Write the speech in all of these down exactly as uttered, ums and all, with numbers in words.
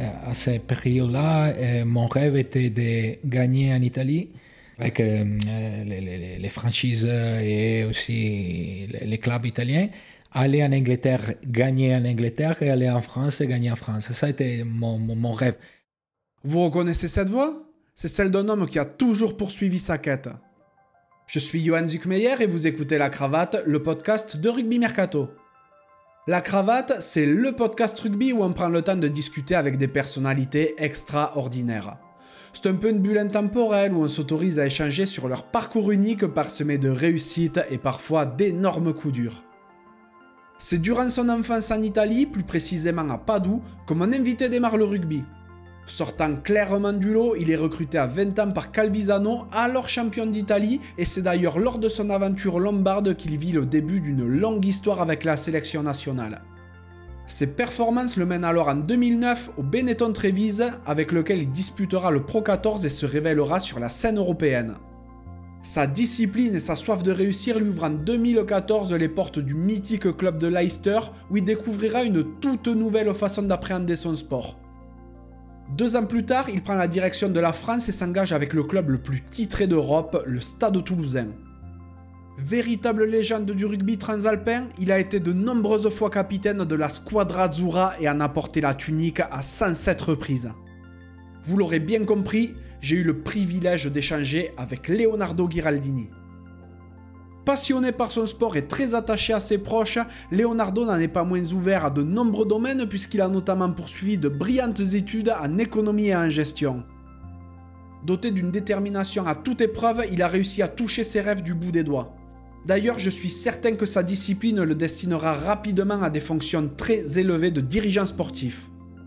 à cette période-là, euh, mon rêve était de gagner en Italie avec euh, les, les, les franchises et aussi les, les clubs italiens. Aller en Angleterre, gagner en Angleterre et aller en France et gagner en France. Ça a été mon, mon, mon rêve. Vous reconnaissez cette voix ? C'est celle d'un homme qui a toujours poursuivi sa quête. Je suis Johan Zuckmeyer et vous écoutez La Cravate, le podcast de Rugby Mercato. La Cravate, c'est le podcast rugby où on prend le temps de discuter avec des personnalités extraordinaires. C'est un peu une bulle intemporelle où on s'autorise à échanger sur leur parcours unique parsemé de réussites et parfois d'énormes coups durs. C'est durant son enfance en Italie, plus précisément à Padoue, que mon invité démarre le rugby. Sortant clairement du lot, il est recruté à vingt ans par Calvisano, alors champion d'Italie, et c'est d'ailleurs lors de son aventure lombarde qu'il vit le début d'une longue histoire avec la sélection nationale. Ses performances le mènent alors en deux mille neuf au Benetton Treviso, avec lequel il disputera le Pro quatorze et se révélera sur la scène européenne. Sa discipline et sa soif de réussir lui ouvrent en deux mille quatorze les portes du mythique club de Leicester, où il découvrira une toute nouvelle façon d'appréhender son sport. Deux ans plus tard, il prend la direction de la France et s'engage avec le club le plus titré d'Europe, le Stade Toulousain. Véritable légende du rugby transalpin, il a été de nombreuses fois capitaine de la Squadra Azzurra et en a porté la tunique à cent sept reprises. Vous l'aurez bien compris, j'ai eu le privilège d'échanger avec Leonardo Ghiraldini. Passionné par son sport et très attaché à ses proches, Leonardo n'en est pas moins ouvert à de nombreux domaines puisqu'il a notamment poursuivi de brillantes études en économie et en gestion. Doté d'une détermination à toute épreuve, il a réussi à toucher ses rêves du bout des doigts. D'ailleurs, je suis certain que sa discipline le destinera rapidement à des fonctions très élevées de dirigeant sportif.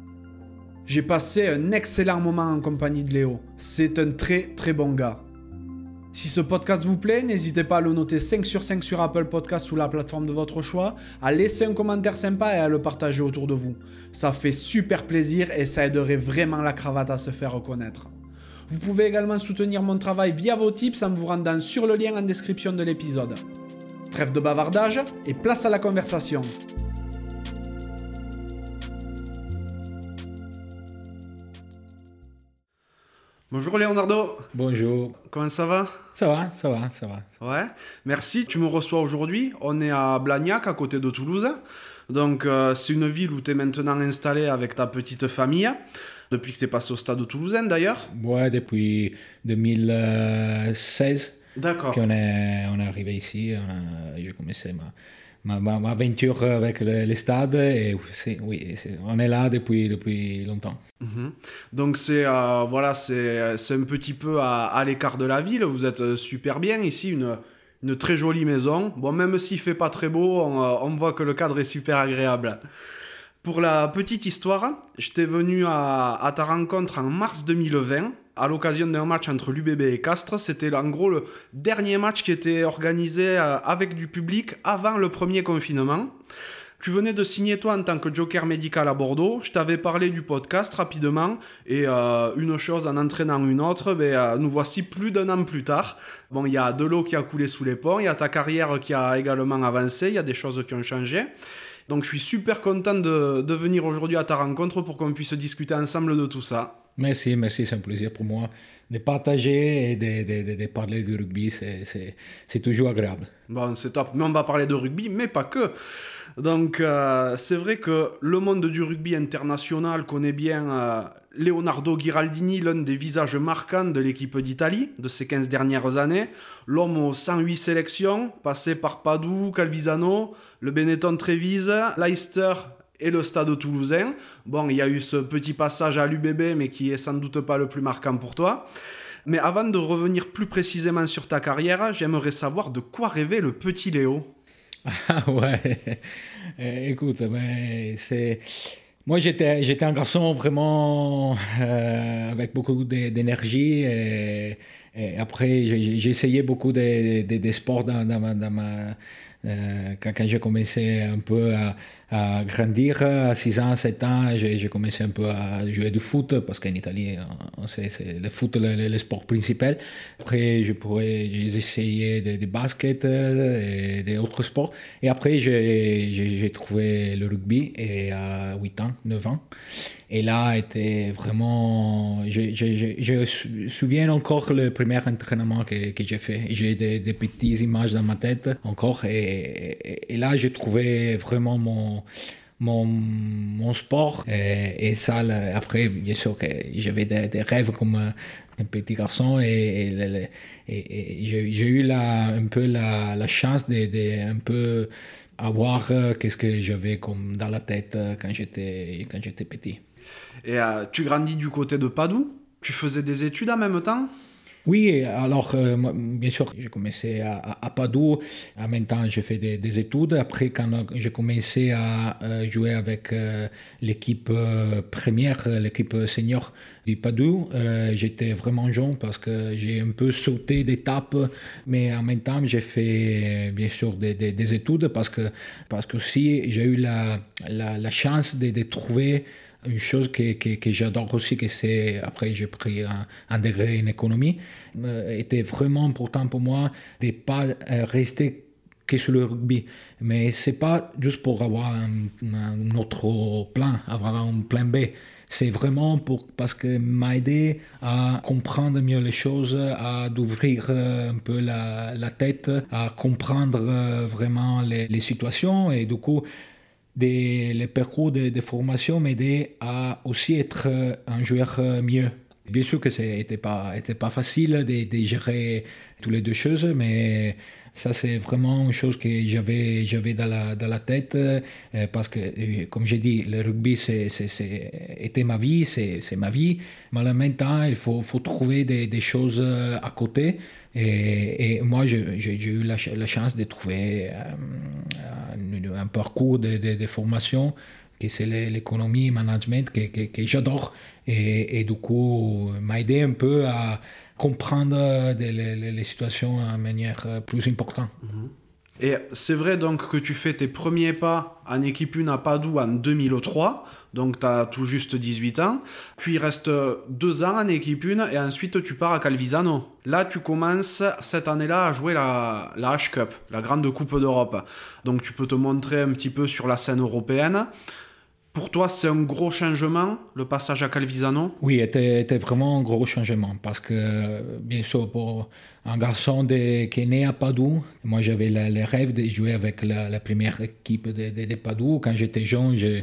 J'ai passé un excellent moment en compagnie de Léo. C'est un très très bon gars. Si ce podcast vous plaît, n'hésitez pas à le noter cinq sur cinq sur Apple Podcasts ou la plateforme de votre choix, à laisser un commentaire sympa et à le partager autour de vous. Ça fait super plaisir et ça aiderait vraiment La Cravate à se faire reconnaître. Vous pouvez également soutenir mon travail via vos tips en vous rendant sur le lien en description de l'épisode. Trêve de bavardage et place à la conversation. Bonjour Leonardo. Bonjour. Comment ça va ? Ça va, ça va, ça va. Ouais, merci. Tu me reçois aujourd'hui. On est à Blagnac, à côté de Toulouse. Donc, euh, c'est une ville où tu es maintenant installé avec ta petite famille. Depuis que tu es passé au stade toulousain, d'ailleurs. Ouais, depuis deux mille seize. D'accord. Qu'on est, on est arrivé ici. On a, j'ai commencé ma... Ma, ma, ma aventure avec le, les stades, et c'est, oui, c'est, on est là depuis, depuis longtemps. Mmh. Donc c'est, euh, voilà, c'est, c'est un petit peu à, à l'écart de la ville, vous êtes super bien ici, une, une très jolie maison. Bon, même s'il ne fait pas très beau, on, on voit que le cadre est super agréable. Pour la petite histoire, j'étais venu à, à ta rencontre en mars deux mille vingt, à l'occasion d'un match entre l'U B B et Castres. C'était en gros le dernier match qui était organisé avec du public avant le premier confinement. Tu venais de signer toi en tant que joker médical à Bordeaux. Je t'avais parlé du podcast rapidement et euh, une chose en entraînant une autre, ben, euh, nous voici plus d'un an plus tard. Bon, il y a de l'eau qui a coulé sous les ponts, il y a ta carrière qui a également avancé, il y a des choses qui ont changé. Donc je suis super content de, de venir aujourd'hui à ta rencontre pour qu'on puisse discuter ensemble de tout ça. Merci, merci, c'est un plaisir pour moi de partager et de, de, de, de parler du rugby, c'est, c'est, c'est toujours agréable. Bon, c'est top, mais on va parler de rugby, mais pas que. Donc euh, c'est vrai que le monde du rugby international connaît bien euh, Leonardo Ghiraldini, l'un des visages marquants de l'équipe d'Italie de ces quinze dernières années. L'homme aux cent huit sélections, passé par Padoue, Calvisano, le Benetton Treviso, Leicester et le Stade Toulousain. Bon, il y a eu ce petit passage à l'U B B, mais qui est sans doute pas le plus marquant pour toi. Mais avant de revenir plus précisément sur ta carrière, j'aimerais savoir de quoi rêvait le petit Léo. Ah ouais, écoute, mais c'est... Moi, j'étais, j'étais un garçon vraiment euh, avec beaucoup d'énergie et, et après, j'ai, j'ai essayé beaucoup de, de, de sports dans, dans ma... Dans ma euh, quand, quand j'ai commencé un peu à, à grandir. À six ans, sept ans, j'ai, j'ai commencé un peu à jouer du foot, parce qu'en Italie, c'est, c'est le foot le, le sport principal. Après, je pourrais, j'ai essayé de, de basket et d'autres sports. Et après, j'ai, j'ai, j'ai trouvé le rugby et à huit ans, neuf ans. Et là, était vraiment... Je, je, je, je me souviens encore le premier entraînement que, que j'ai fait. J'ai des, des petites images dans ma tête encore. Et, et, et là, j'ai trouvé vraiment mon, mon, mon sport. Et, et ça, là, après, bien sûr que j'avais des, des rêves comme un petit garçon. Et, et, et, et j'ai, j'ai eu la, un peu la, la chance de, de un peu avoir qu'est-ce que j'avais comme dans la tête quand j'étais, quand j'étais petit. Et euh, tu grandis du côté de Padoue. Tu faisais des études en même temps? Oui, alors euh, moi, bien sûr, j'ai commencé à, à, à Padoue. En même temps, j'ai fait des, des études. Après, quand j'ai commencé à euh, jouer avec euh, l'équipe euh, première, l'équipe senior du Padoue, euh, j'étais vraiment jeune parce que j'ai un peu sauté d'étapes. Mais en même temps, j'ai fait bien sûr des, des, des études parce que parce que aussi j'ai eu la, la, la chance de, de trouver une chose que, que, que j'adore aussi, que c'est, après j'ai pris un, un degré en économie, euh, était vraiment important pour moi de ne pas euh, rester que sur le rugby. Mais ce n'est pas juste pour avoir un, un autre plan, avoir un plan B. C'est vraiment pour, parce que m'a aidé à comprendre mieux les choses, à d'ouvrir un peu la, la tête, à comprendre vraiment les, les situations. Et du coup, Des, les parcours de, de formation m'aidaient à aussi être un joueur mieux. Bien sûr que ce n'était pas, était pas facile de, de gérer toutes les deux choses, mais ça, c'est vraiment une chose que j'avais, j'avais dans, la, dans la tête, euh, parce que, comme j'ai dit, le rugby c'est, c'est, c'est, était ma vie, c'est, c'est ma vie, mais en même temps, il faut, faut trouver des, des choses à côté. Et, et moi, j'ai, j'ai eu la, la chance de trouver euh, un, un parcours de, de, de formation, que c'est l'économie, le management, que, que, que j'adore. Et, et du coup, m'a aidé un peu à comprendre les, les, les situations de manière plus importante. Et c'est vrai donc que tu fais tes premiers pas en équipe un à Padoue en deux mille trois, donc tu as tout juste dix-huit ans, puis il reste deux ans en équipe un et ensuite tu pars à Calvisano. Là tu commences cette année-là à jouer la, la H-Cup, la grande coupe d'Europe. Donc tu peux te montrer un petit peu sur la scène européenne. Pour toi, c'est un gros changement, le passage à Calvisano? Oui, c'était, c'était vraiment un gros changement parce que, bien sûr, pour un garçon de, qui est né à Padoue, moi j'avais la, le rêve de jouer avec la, la première équipe de, de, de Padoue. Quand j'étais jeune, je,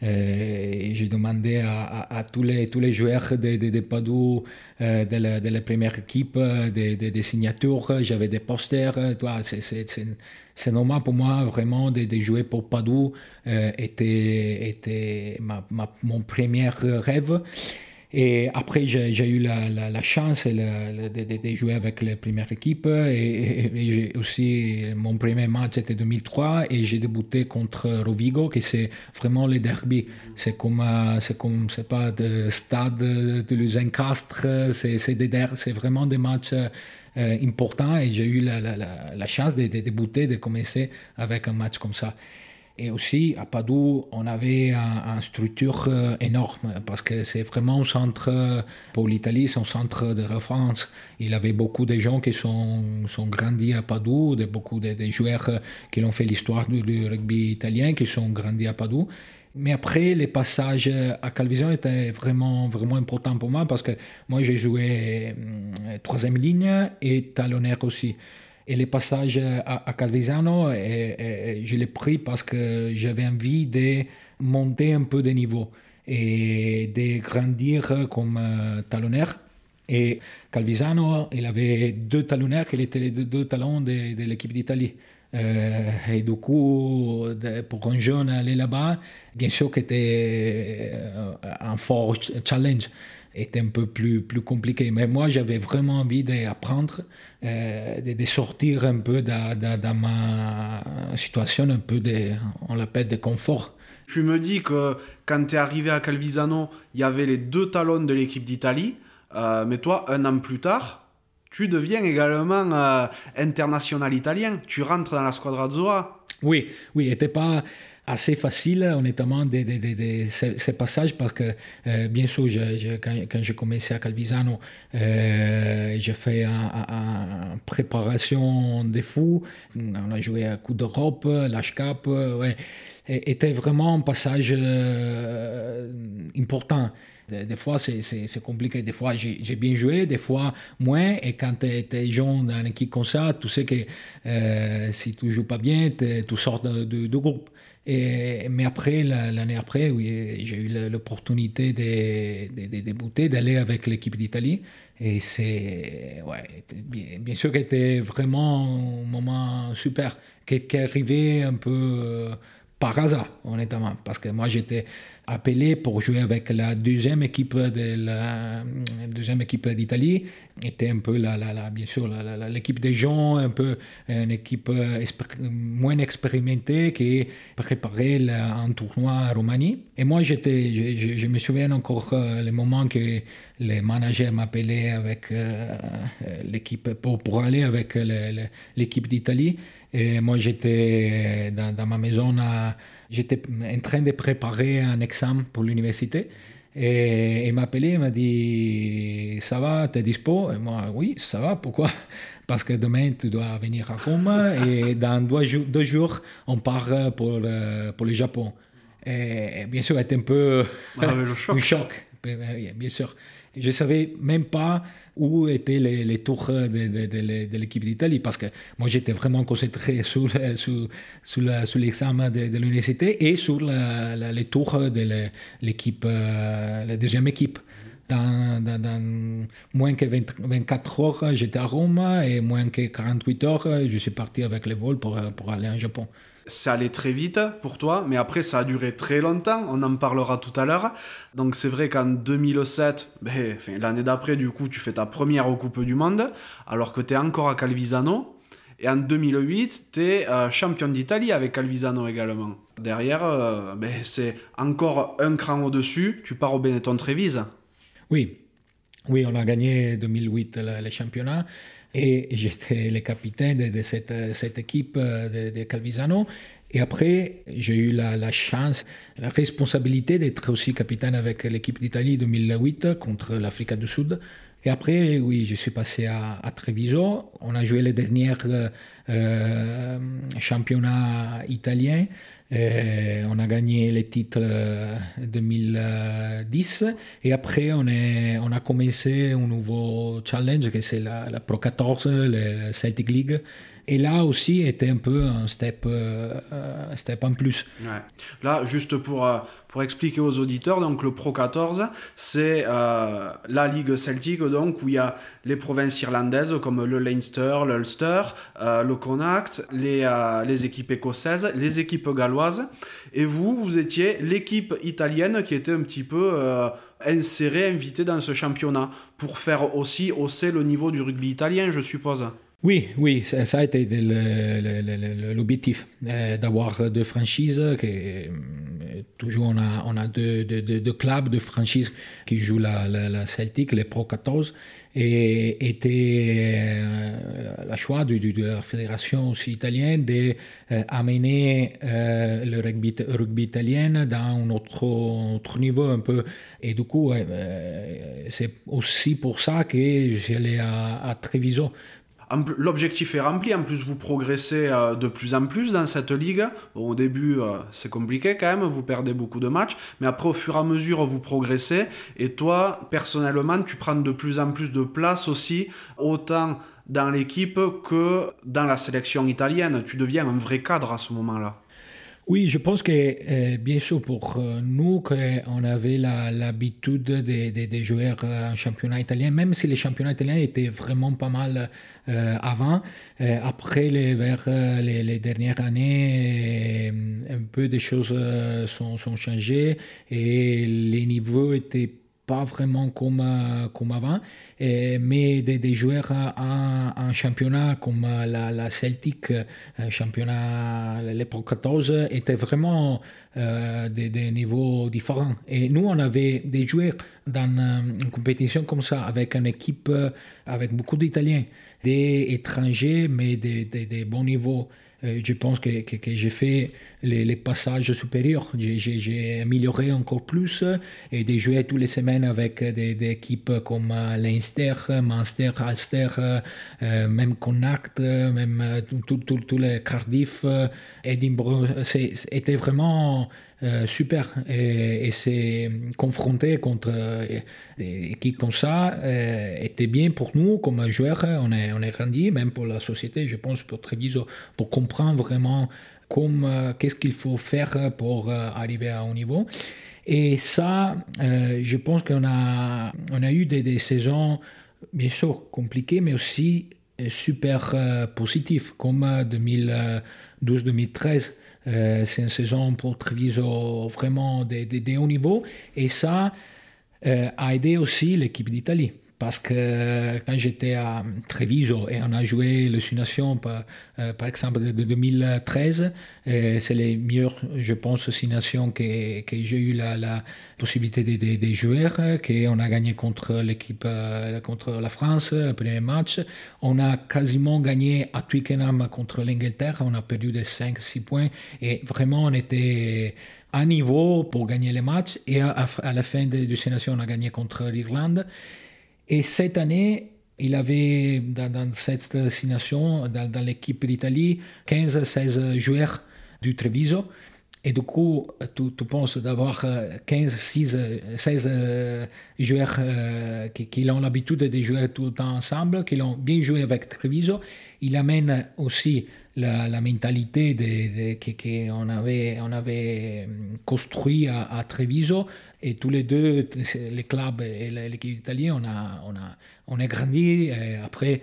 euh, j'ai demandé à, à, à tous, les, tous les joueurs de, de, de Padoue, euh, de, la, de la première équipe, des de, de signatures, j'avais des posters. Toi, c'est, c'est, c'est, c'est normal pour moi vraiment de, de jouer pour Padoue, euh, était, était ma, ma, mon premier rêve. Et après, j'ai, j'ai eu la, la, la chance et la, la, de, de jouer avec la première équipe. Et, et, et j'ai aussi, mon premier match c'était deux mille trois et j'ai débuté contre Rovigo, qui c'est vraiment le derby. C'est comme, c'est comme, c'est pas de stade de Lausanne-Castres, c'est, c'est, des, c'est vraiment des matchs euh, importants et j'ai eu la, la, la, la chance de, de débuter, de commencer avec un match comme ça. Et aussi, à Padoue, on avait une un structure énorme parce que c'est vraiment un centre, pour l'Italie, c'est un centre de référence. Il y avait beaucoup de gens qui sont, sont grandis à Padoue, de, beaucoup de, de joueurs qui ont fait l'histoire du, du rugby italien, qui sont grandis à Padoue. Mais après, les passages à Calvisano étaient vraiment, vraiment importants pour moi parce que moi, j'ai joué euh, troisième ligne et talonnaire aussi. Et le passage à, à Calvisano, et, et, je l'ai pris parce que j'avais envie de monter un peu de niveau et de grandir comme euh, talonnaire. Et Calvisano, il avait deux talonnaires qui étaient les deux, deux talons de, de l'équipe d'Italie. Euh, et du coup, de, pour un jeune aller là-bas, bien sûr que c'était un fort challenge. Était un peu plus, plus compliqué. Mais moi, j'avais vraiment envie d'apprendre, euh, de, de sortir un peu de, de, de ma situation, un peu de, on l'appelle de confort. Tu me dis que quand tu es arrivé à Calvisano, il y avait les deux talons de l'équipe d'Italie, euh, mais toi, un an plus tard, tu deviens également euh, international italien. Tu rentres dans la Squadra Azzurra. Oui, oui, n'était pas assez facile, honnêtement, de, de, de, de ces, ces passages, parce que, euh, bien sûr, je, je, quand, quand j'ai commencé à Calvisano, euh, j'ai fait une préparation de fou. On a joué à Coupe d'Europe, l'H Cup, ouais. Était vraiment un passage euh, important. Des, des fois, c'est, c'est, c'est compliqué. Des fois, j'ai, j'ai bien joué, des fois, moins. Et quand tu es jeune dans une équipe comme ça, tu sais que euh, si tu ne joues pas bien, tu sors du de, de groupe. Et, mais après, la, l'année après, oui, j'ai eu l'opportunité de, de, de débuter, d'aller avec l'équipe d'Italie. Et c'est, ouais, bien, bien sûr que c'était vraiment un moment super, qui, qui est arrivé un peu euh, par hasard, honnêtement. Parce que moi, j'étais appelé pour jouer avec la deuxième équipe de la deuxième équipe d'Italie. Était un peu la, la, la bien sûr la, la, l'équipe des gens, un peu une équipe expér- moins expérimentée qui préparait la, un tournoi en Roumanie. Et moi, j'étais, je, je, je me souviens encore euh, le moment que le manager m'appelait avec euh, l'équipe pour, pour aller avec le, le, l'équipe d'Italie. Et moi, j'étais dans, dans ma maison à J'étais en train de préparer un examen pour l'université et il m'a appelé, il m'a dit « Ça va, t'es dispo ?» Et moi « Oui, ça va, pourquoi ?» Parce que demain, tu dois venir à Rome et dans deux, jou- deux jours, on part pour le, pour le Japon. Et, et bien sûr, c'était un peu Ah, le choc. un choc, bien sûr. Je ne savais même pas où étaient les, les tours de, de, de, de l'équipe d'Italie, parce que moi, j'étais vraiment concentré sur, sur, sur, la, sur l'examen de, de l'université et sur la, la, les tours de l'équipe, euh, la deuxième équipe. Dans, dans, dans moins que vingt, vingt-quatre heures, j'étais à Rome et moins que quarante-huit heures, je suis parti avec le vol pour, pour aller au Japon. Ça allait très vite pour toi, mais après ça a duré très longtemps, on en parlera tout à l'heure. Donc c'est vrai qu'en deux mille sept, ben, enfin, l'année d'après du coup tu fais ta première Coupe du Monde, alors que tu es encore à Calvisano. Et en deux mille huit, tu es euh, champion d'Italie avec Calvisano également. Derrière, euh, ben, c'est encore un cran au-dessus, tu pars au Benetton Trévise. Oui, oui, on a gagné deux mille huit le, le championnat. Et j'étais le capitaine de, de cette, cette équipe de, de Calvisano. Et après, j'ai eu la, la chance, la responsabilité d'être aussi capitaine avec l'équipe d'Italie deux mille huit contre l'Afrique du Sud. Et après, oui, je suis passé à, à Treviso. On a joué les derniers euh, championnats italiens. Et on a gagné les titres deux mille dix et après on, est, on a commencé un nouveau challenge que c'est la, la Pro quatorze, la Celtic League. Et là aussi était un peu un step, euh, un step en plus. Ouais. Là, juste pour, euh, pour expliquer aux auditeurs, donc le Pro quatorze, c'est euh, la Ligue Celtique donc, où il y a les provinces irlandaises comme le Leinster, l'Ulster, euh, le Connacht, les, euh, les équipes écossaises, les équipes galloises. Et vous, vous étiez l'équipe italienne qui était un petit peu euh, insérée, invitée dans ce championnat pour faire aussi hausser le niveau du rugby italien, je suppose. Oui, oui, ça, ça a été le, le, le, l'objectif, euh, d'avoir deux franchises. Que, euh, toujours, on a, on a deux, deux, deux, deux clubs de franchises qui jouent la, la, la Celtic, les Pro quatorze, et était euh, le choix de, de, de la fédération aussi italienne d'amener euh, euh, le rugby, rugby italien dans un autre, autre niveau un peu. Et du coup, ouais, euh, c'est aussi pour ça que j'allais à, à Treviso. L'objectif est rempli, en plus vous progressez euh, de plus en plus dans cette ligue. Bon, au début euh, c'est compliqué quand même, vous perdez beaucoup de matchs, mais après au fur et à mesure vous progressez et toi personnellement tu prends de plus en plus de place aussi, autant dans l'équipe que dans la sélection italienne. Tu deviens un vrai cadre à ce moment-là. Oui, je pense que, euh, bien sûr, pour euh, nous, qu'on avait la, l'habitude de, de, de jouer en championnat italien, même si les championnats italiens étaient vraiment pas mal euh, avant. Euh, après, les, vers euh, les, les dernières années, euh, un peu des choses euh, sont, sont changées et les niveaux étaient pas vraiment comme, euh, comme avant, et, mais des, des joueurs en, en championnat comme la, la Celtic, un championnat, les Pro quatorze, étaient vraiment euh, des, des niveaux différents. Et nous, on avait des joueurs dans une compétition comme ça, avec une équipe avec beaucoup d'Italiens, des étrangers, mais des, des, des bons niveaux. euh, je pense que, que, que j'ai fait les, les passages supérieurs. J'ai, j'ai, j'ai amélioré encore plus et de jouer toutes les semaines avec des, des équipes comme Leinster, Munster, Ulster, euh, même Connacht, même tous les Cardiff, Edinburgh. C'est, c'était vraiment euh, super. Et, et c'est confronté contre euh, des équipes comme ça euh, était bien pour nous comme joueurs. On est, on est grandi, même pour la société, je pense, pour Treviso, pour comprendre vraiment comme, euh, qu'est-ce qu'il faut faire pour euh, arriver à un haut niveau. Et ça, euh, je pense qu'on a, on a eu des, des saisons, bien sûr, compliquées, mais aussi euh, super euh, positives, comme deux mille douze deux mille treize. Euh, c'est une saison pour Treviso vraiment de, de, de haut niveau. Et ça euh, a aidé aussi l'équipe d'Italie. Parce que quand j'étais à Treviso et on a joué le Six Nations, par, euh, par exemple, de deux mille treize, euh, c'est les meilleurs, je pense, Six Nations que, que j'ai eu la, la possibilité de, de, de jouer, qu'on a gagné contre l'équipe, euh, contre la France, le premier match. On a quasiment gagné à Twickenham contre l'Angleterre, on a perdu de cinq six points et vraiment on était à niveau pour gagner les matchs. Et à, à la fin du Six Nations, on a gagné contre l'Irlande. Et cette année, il avait dans, dans cette destination, dans, dans l'équipe d'Italie, quinze seize joueurs du Treviso. Et du coup, tu, tu penses d'avoir quinze seize joueurs euh, qui, qui ont l'habitude de jouer tout le temps ensemble, qui ont bien joué avec Treviso. Il amène aussi la, la mentalité de, de, qu'on avait, on avait construit à, à Treviso. Et tous les deux, les clubs et l'équipe italienne, on a, on a, on a grandi. Et après,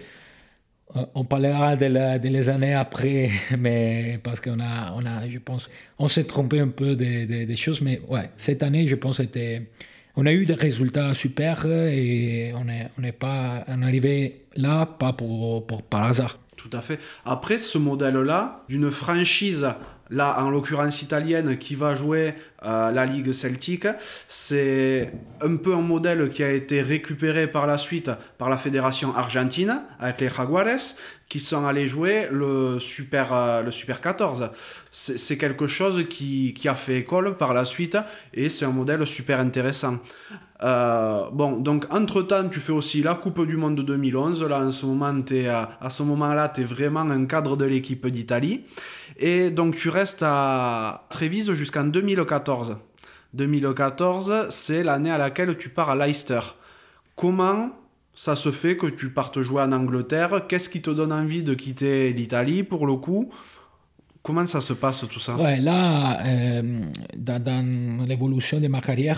on parlera de, la, de les années après, mais parce qu'on a, on a, je pense, on s'est trompé un peu des de, de choses. Mais ouais, cette année, je pense, c'était, on a eu des résultats super et on est, on est pas, on est arrivé là pas pour, pour par hasard. Tout à fait. Après, ce modèle-là, d'une franchise, là, en l'occurrence italienne, qui va jouer euh, la Ligue Celtique, c'est un peu un modèle qui a été récupéré par la suite par la fédération argentine, avec les Jaguares, qui sont allés jouer le Super, euh, le Super quatorze. C'est, c'est quelque chose qui, qui a fait école par la suite, et c'est un modèle super intéressant. Euh, bon, donc entre-temps, tu fais aussi la Coupe du Monde deux mille onze. Là, en ce moment, t'es, à, à ce moment-là, tu es vraiment un cadre de l'équipe d'Italie. Et donc, tu restes à Treviso jusqu'en deux mille quatorze. deux mille quatorze, c'est l'année à laquelle tu pars à Leicester. Comment ça se fait que tu partes jouer en Angleterre? Qu'est-ce qui te donne envie de quitter l'Italie, pour le coup? Comment ça se passe tout ça? Ouais, là, euh, dans, dans l'évolution de ma carrière,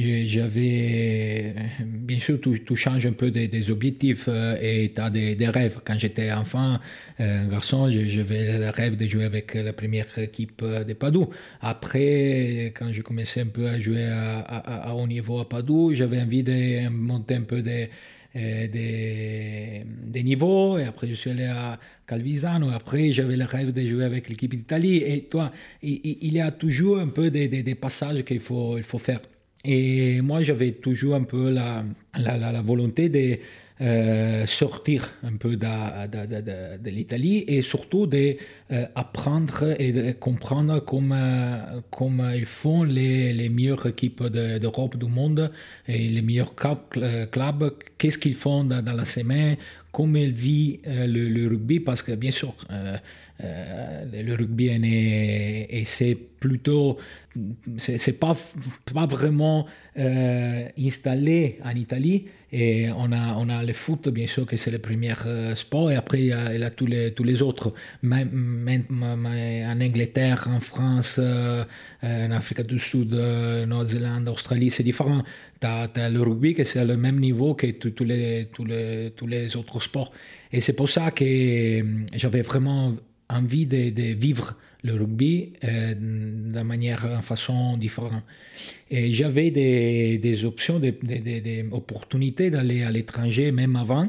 j'avais, bien sûr, tu, tu changes un peu des, des objectifs euh, et tu as des, des rêves. Quand j'étais enfant, euh, garçon, j'avais le rêve de jouer avec la première équipe de Padoue. Après, quand j'ai commencé un peu à jouer à, à, à haut niveau à Padoue, j'avais envie de monter un peu des Euh, des, des niveaux, et après je suis allé à Calvisano, après j'avais le rêve de jouer avec l'équipe d'Italie, et toi, il, il y a toujours un peu des, des, des passages qu'il faut, il faut faire. Et moi j'avais toujours un peu la, la, la, la volonté de euh, sortir un peu de, de, de, de, de l'Italie et surtout d'apprendre euh, et de comprendre comment, comment ils font les, les meilleures équipes de, d'Europe, du monde, et les meilleurs clubs, qu'est-ce qu'ils font dans, dans la semaine, comment ils vivent euh, le, le rugby, parce que bien sûr, euh, euh, le rugby est, et c'est plutôt, c'est, c'est pas, pas vraiment euh, installé en Italie, et on a, on a le foot, bien sûr, que c'est le premier euh, sport, et après il y a, il y a tous, les, tous les autres, même, même, même en Angleterre, en France, euh, en Afrique du Sud, euh, Nouvelle-Zélande, Australie, c'est différent. Tu as le rugby qui c'est à le même niveau que tous les, tous les, tous les autres sports. Et c'est pour ça que j'avais vraiment envie de, de vivre le rugby euh, de manière, en façon différente. Et j'avais des, des options, des, des, des, des opportunités d'aller à l'étranger, même avant,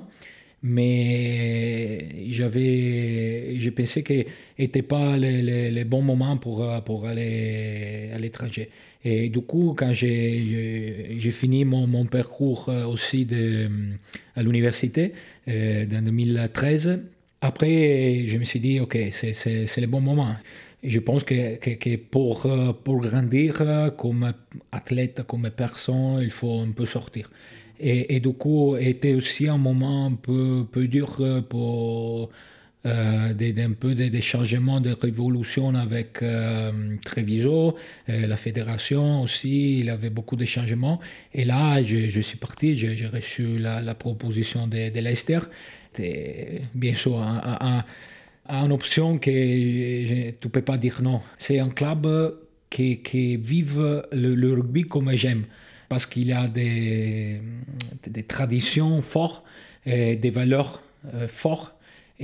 mais j'avais, je pensais que n'était pas le, le, le bon moment pour, pour aller à l'étranger. Et du coup, quand j'ai, j'ai, j'ai fini mon, mon parcours aussi de, à l'université, euh, en deux mille treize, Après, je me suis dit, OK, c'est, c'est, c'est le bon moment. Et je pense que, que, que pour, pour grandir comme athlète, comme personne, il faut un peu sortir. Et, et du coup, c'était aussi un moment un peu, peu dur pour euh, des, un peu des, des changements de révolution avec euh, Treviso, euh, la fédération aussi, il y avait beaucoup de changements. Et là, je, je suis parti, j'ai, j'ai reçu la, la proposition de, de Leicester. C'était bien sûr un, un, un, une option que je, tu ne peux pas dire non. C'est un club qui, qui vive le, le rugby comme j'aime, parce qu'il y a des, des traditions fortes, et des valeurs euh, fortes.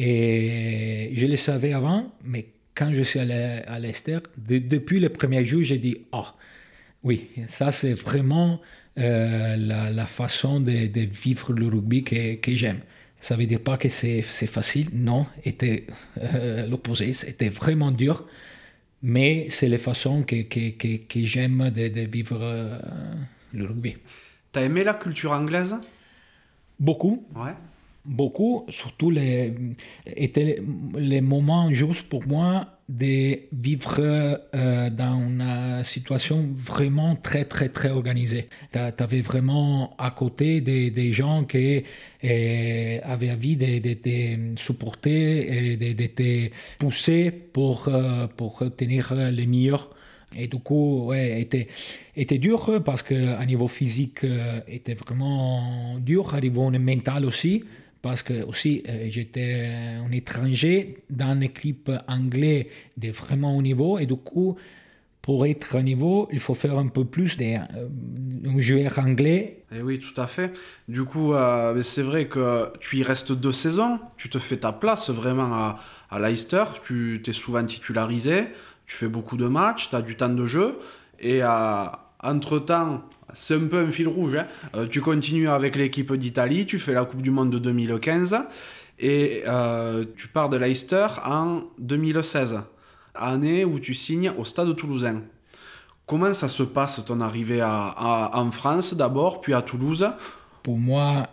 Et je le savais avant, mais quand je suis allé à Leicester, de, depuis le premier jour, j'ai dit « Ah, oh, oui, ça c'est vraiment euh, la, la façon de, de vivre le rugby que, que j'aime. » Ça ne veut dire pas que c'est, c'est facile, non, c'était euh, l'opposé, c'était vraiment dur, mais c'est la façon que, que, que, que j'aime de, de vivre euh, le rugby. T'as aimé la culture anglaise? Beaucoup. Ouais. Beaucoup, surtout les, étaient les moments justes pour moi de vivre euh, dans une situation vraiment très, très, très organisée. Tu avais vraiment à côté des, des gens qui euh, avaient envie de, de te supporter et de, de te pousser pour, euh, pour tenir les meilleurs. Et du coup, ouais, était, était dur parce qu'à niveau physique, euh, était vraiment dur, à niveau mental aussi. Parce que aussi euh, j'étais un étranger dans une équipe anglaise de vraiment haut niveau et du coup pour être à niveau il faut faire un peu plus d'un euh, joueur anglais. Et oui, tout à fait. Du coup, euh, c'est vrai que tu y restes deux saisons, tu te fais ta place vraiment à, à Leicester, tu t'es souvent titularisé, tu fais beaucoup de matchs, tu as du temps de jeu et euh, entre-temps, c'est un peu un fil rouge, hein. Euh, tu continues avec l'équipe d'Italie, tu fais la Coupe du Monde de deux mille quinze et euh, tu pars de Leicester en deux mille seize, année où tu signes au Stade Toulousain. Comment ça se passe ton arrivée à, à, en France d'abord, puis à Toulouse? Pour moi,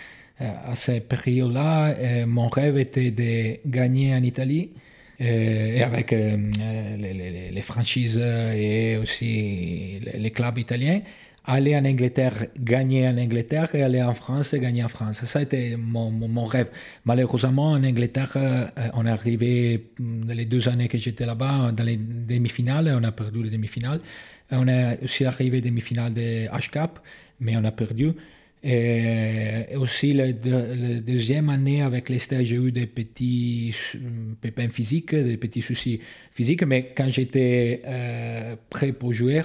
à cette période-là, mon rêve était de gagner en Italie. Et avec euh, les, les, les franchises et aussi les, les clubs italiens, aller en Angleterre, gagner en Angleterre et aller en France et gagner en France. Ça a été mon, mon, mon rêve. Malheureusement, en Angleterre, euh, on est arrivé, dans les deux années que j'étais là-bas, dans les demi-finales, on a perdu les demi-finales. On est aussi arrivé demi-finale de H-Cup, mais on a perdu. Et aussi, la de, deuxième année avec Leicester, j'ai eu des petits pépins physiques, des petits soucis physiques, mais quand j'étais euh, prêt pour jouer,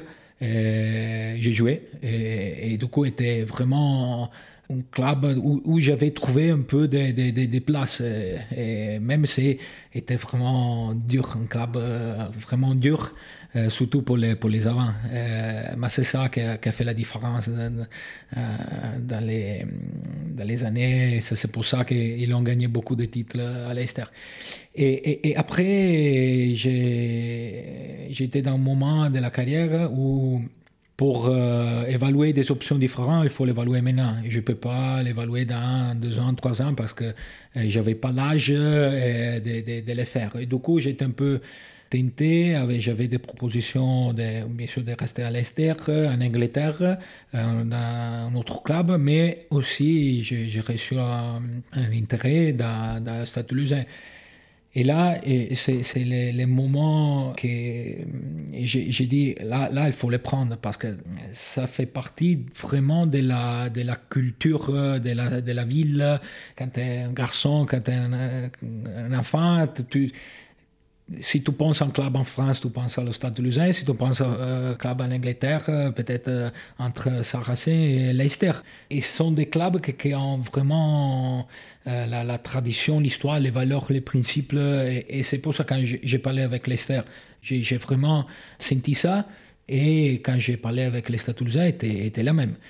euh, j'ai joué. Et, et du coup, c'était vraiment un club où, où j'avais trouvé un peu des de, de, de places. Et même si c'était vraiment dur, un club vraiment dur. Euh, surtout pour les, pour les avants. Euh, mais c'est ça qui a, qui a fait la différence dans, euh, dans, les, dans les années. C'est, c'est pour ça qu'ils ont gagné beaucoup de titres à Leicester. Et, et, et après, j'ai, j'étais dans un moment de la carrière où pour euh, évaluer des options différentes, il faut l'évaluer maintenant. Je ne peux pas l'évaluer dans deux ans, trois ans parce que euh, je n'avais pas l'âge euh, de, de, de le faire. Et du coup, j'étais un peu tenté, j'avais des propositions de, bien sûr de rester à Leicester, en Angleterre, dans un autre club, mais aussi j'ai, j'ai reçu un, un intérêt dans, dans le Stade Toulousain. Et là, et c'est, c'est les, les moments que j'ai, j'ai dit, là, là, il faut les prendre parce que ça fait partie vraiment de la, de la culture de la, de la ville. Quand tu es un garçon, quand tu es un, un enfant, tu... Si tu penses à un club en France, tu penses au Stade Toulousain. Si tu penses à un club en Angleterre, peut-être entre Saracen et Leicester. Et ce sont des clubs qui, qui ont vraiment euh, la, la tradition, l'histoire, les valeurs, les principes. Et, et c'est pour ça que quand j'ai, j'ai parlé avec Leicester, j'ai, j'ai vraiment senti ça. Et quand j'ai parlé avec les Stade Toulousain, était, était la même.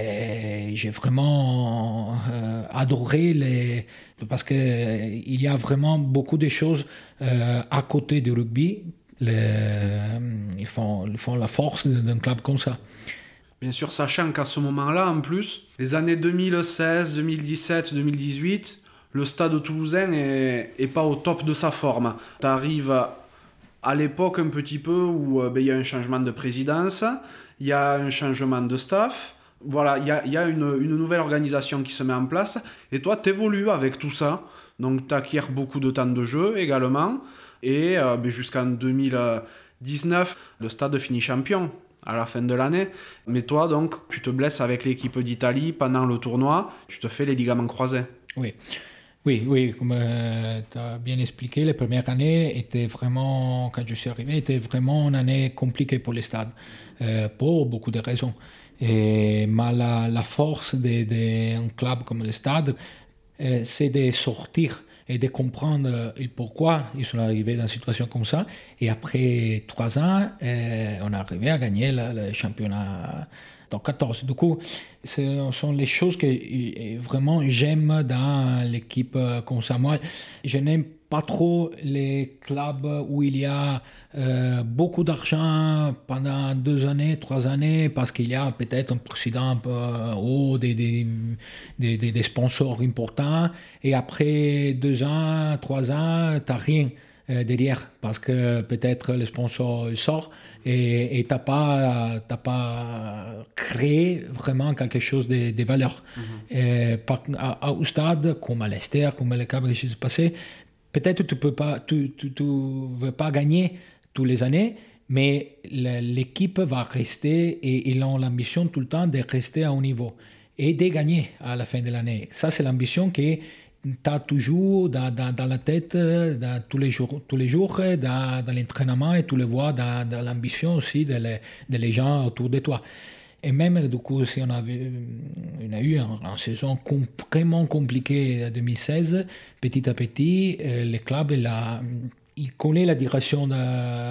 Et j'ai vraiment euh, adoré les... Parce qu'il euh, y a vraiment beaucoup de choses euh, à côté du rugby. Les, euh, ils, font, ils font la force d'un club comme ça. Bien sûr, sachant qu'à ce moment-là, en plus, les années deux mille seize, deux mille dix-sept, deux mille dix-huit, le Stade Toulousain est, est pas au top de sa forme. Tu arrives à l'époque un petit peu où il ben, y a un changement de présidence, il y a un changement de staff. Voilà, il y a, y a une, une nouvelle organisation qui se met en place et toi, tu évolues avec tout ça. Donc, tu acquiers beaucoup de temps de jeu également. Et euh, ben, jusqu'en deux mille dix-neuf, le Stade finit champion à la fin de l'année. Mais toi, donc, tu te blesses avec l'équipe d'Italie pendant le tournoi. Tu te fais les ligaments croisés. Oui. Oui, oui, comme euh, tu as bien expliqué, les premières années étaient vraiment, quand je suis arrivé, étaient vraiment une année compliquée pour les stades, euh, pour beaucoup de raisons. Et, mais la, la force d'un club comme le Stade, euh, c'est de sortir et de comprendre euh, pourquoi ils sont arrivés dans une situation comme ça. Et après trois ans, euh, on est arrivé à gagner le, le championnat dans quatorze. Du coup, ce sont les choses que vraiment j'aime dans l'équipe comme ça. Moi, je n'aime pas trop les clubs où il y a euh, beaucoup d'argent pendant deux années, trois années, parce qu'il y a peut-être un président un peu haut, des, des, des, des sponsors importants, et après deux ans, trois ans, tu n'as rien euh, derrière, parce que peut-être le sponsor sort et tu n'as pas, t'as pas créé vraiment quelque chose de, de valeur. Mm-hmm. Et par, à, au stade, comme à l'Esther, comme à l'E-Cabre qui s'est passé, peut-être tu peux pas, tu, tu, tu veux pas gagner tous les années, mais l'équipe va rester et ils ont l'ambition tout le temps de rester à haut niveau et de gagner à la fin de l'année. Ça, c'est l'ambition que tu as toujours dans, dans, dans la tête dans tous les jours, tous les jours dans, dans l'entraînement, et tu le vois dans, dans l'ambition aussi de les, de les gens autour de toi. Et même, du coup, si on, avait, on a eu une, une saison com- vraiment compliquée en deux mille seize, petit à petit, euh, le club, il, a, il connaît la direction de,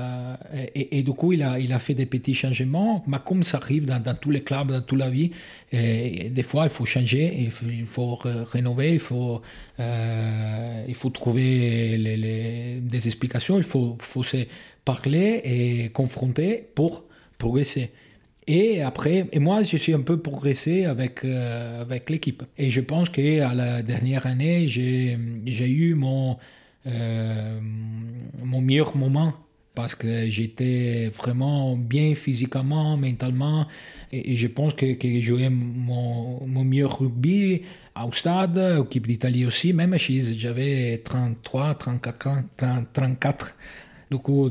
et, et du coup, il a, il a fait des petits changements. Mais comme ça arrive dans, dans tous les clubs, dans toute la vie, et, et des fois, il faut changer, il faut, il faut rénover, il faut, euh, il faut trouver les, les, des explications, il faut, faut se parler et confronter pour progresser. Et après, et moi, je suis un peu progressé avec, euh, avec l'équipe. Et je pense qu'à la dernière année, j'ai, j'ai eu mon, euh, mon meilleur moment parce que j'étais vraiment bien physiquement, mentalement. Et, et je pense que, que j'ai joué mon, mon meilleur rugby au stade, au équipe d'Italie aussi. Même si j'avais trente-trois, trente-quatre ans, trente, trente-quatre. Du coup,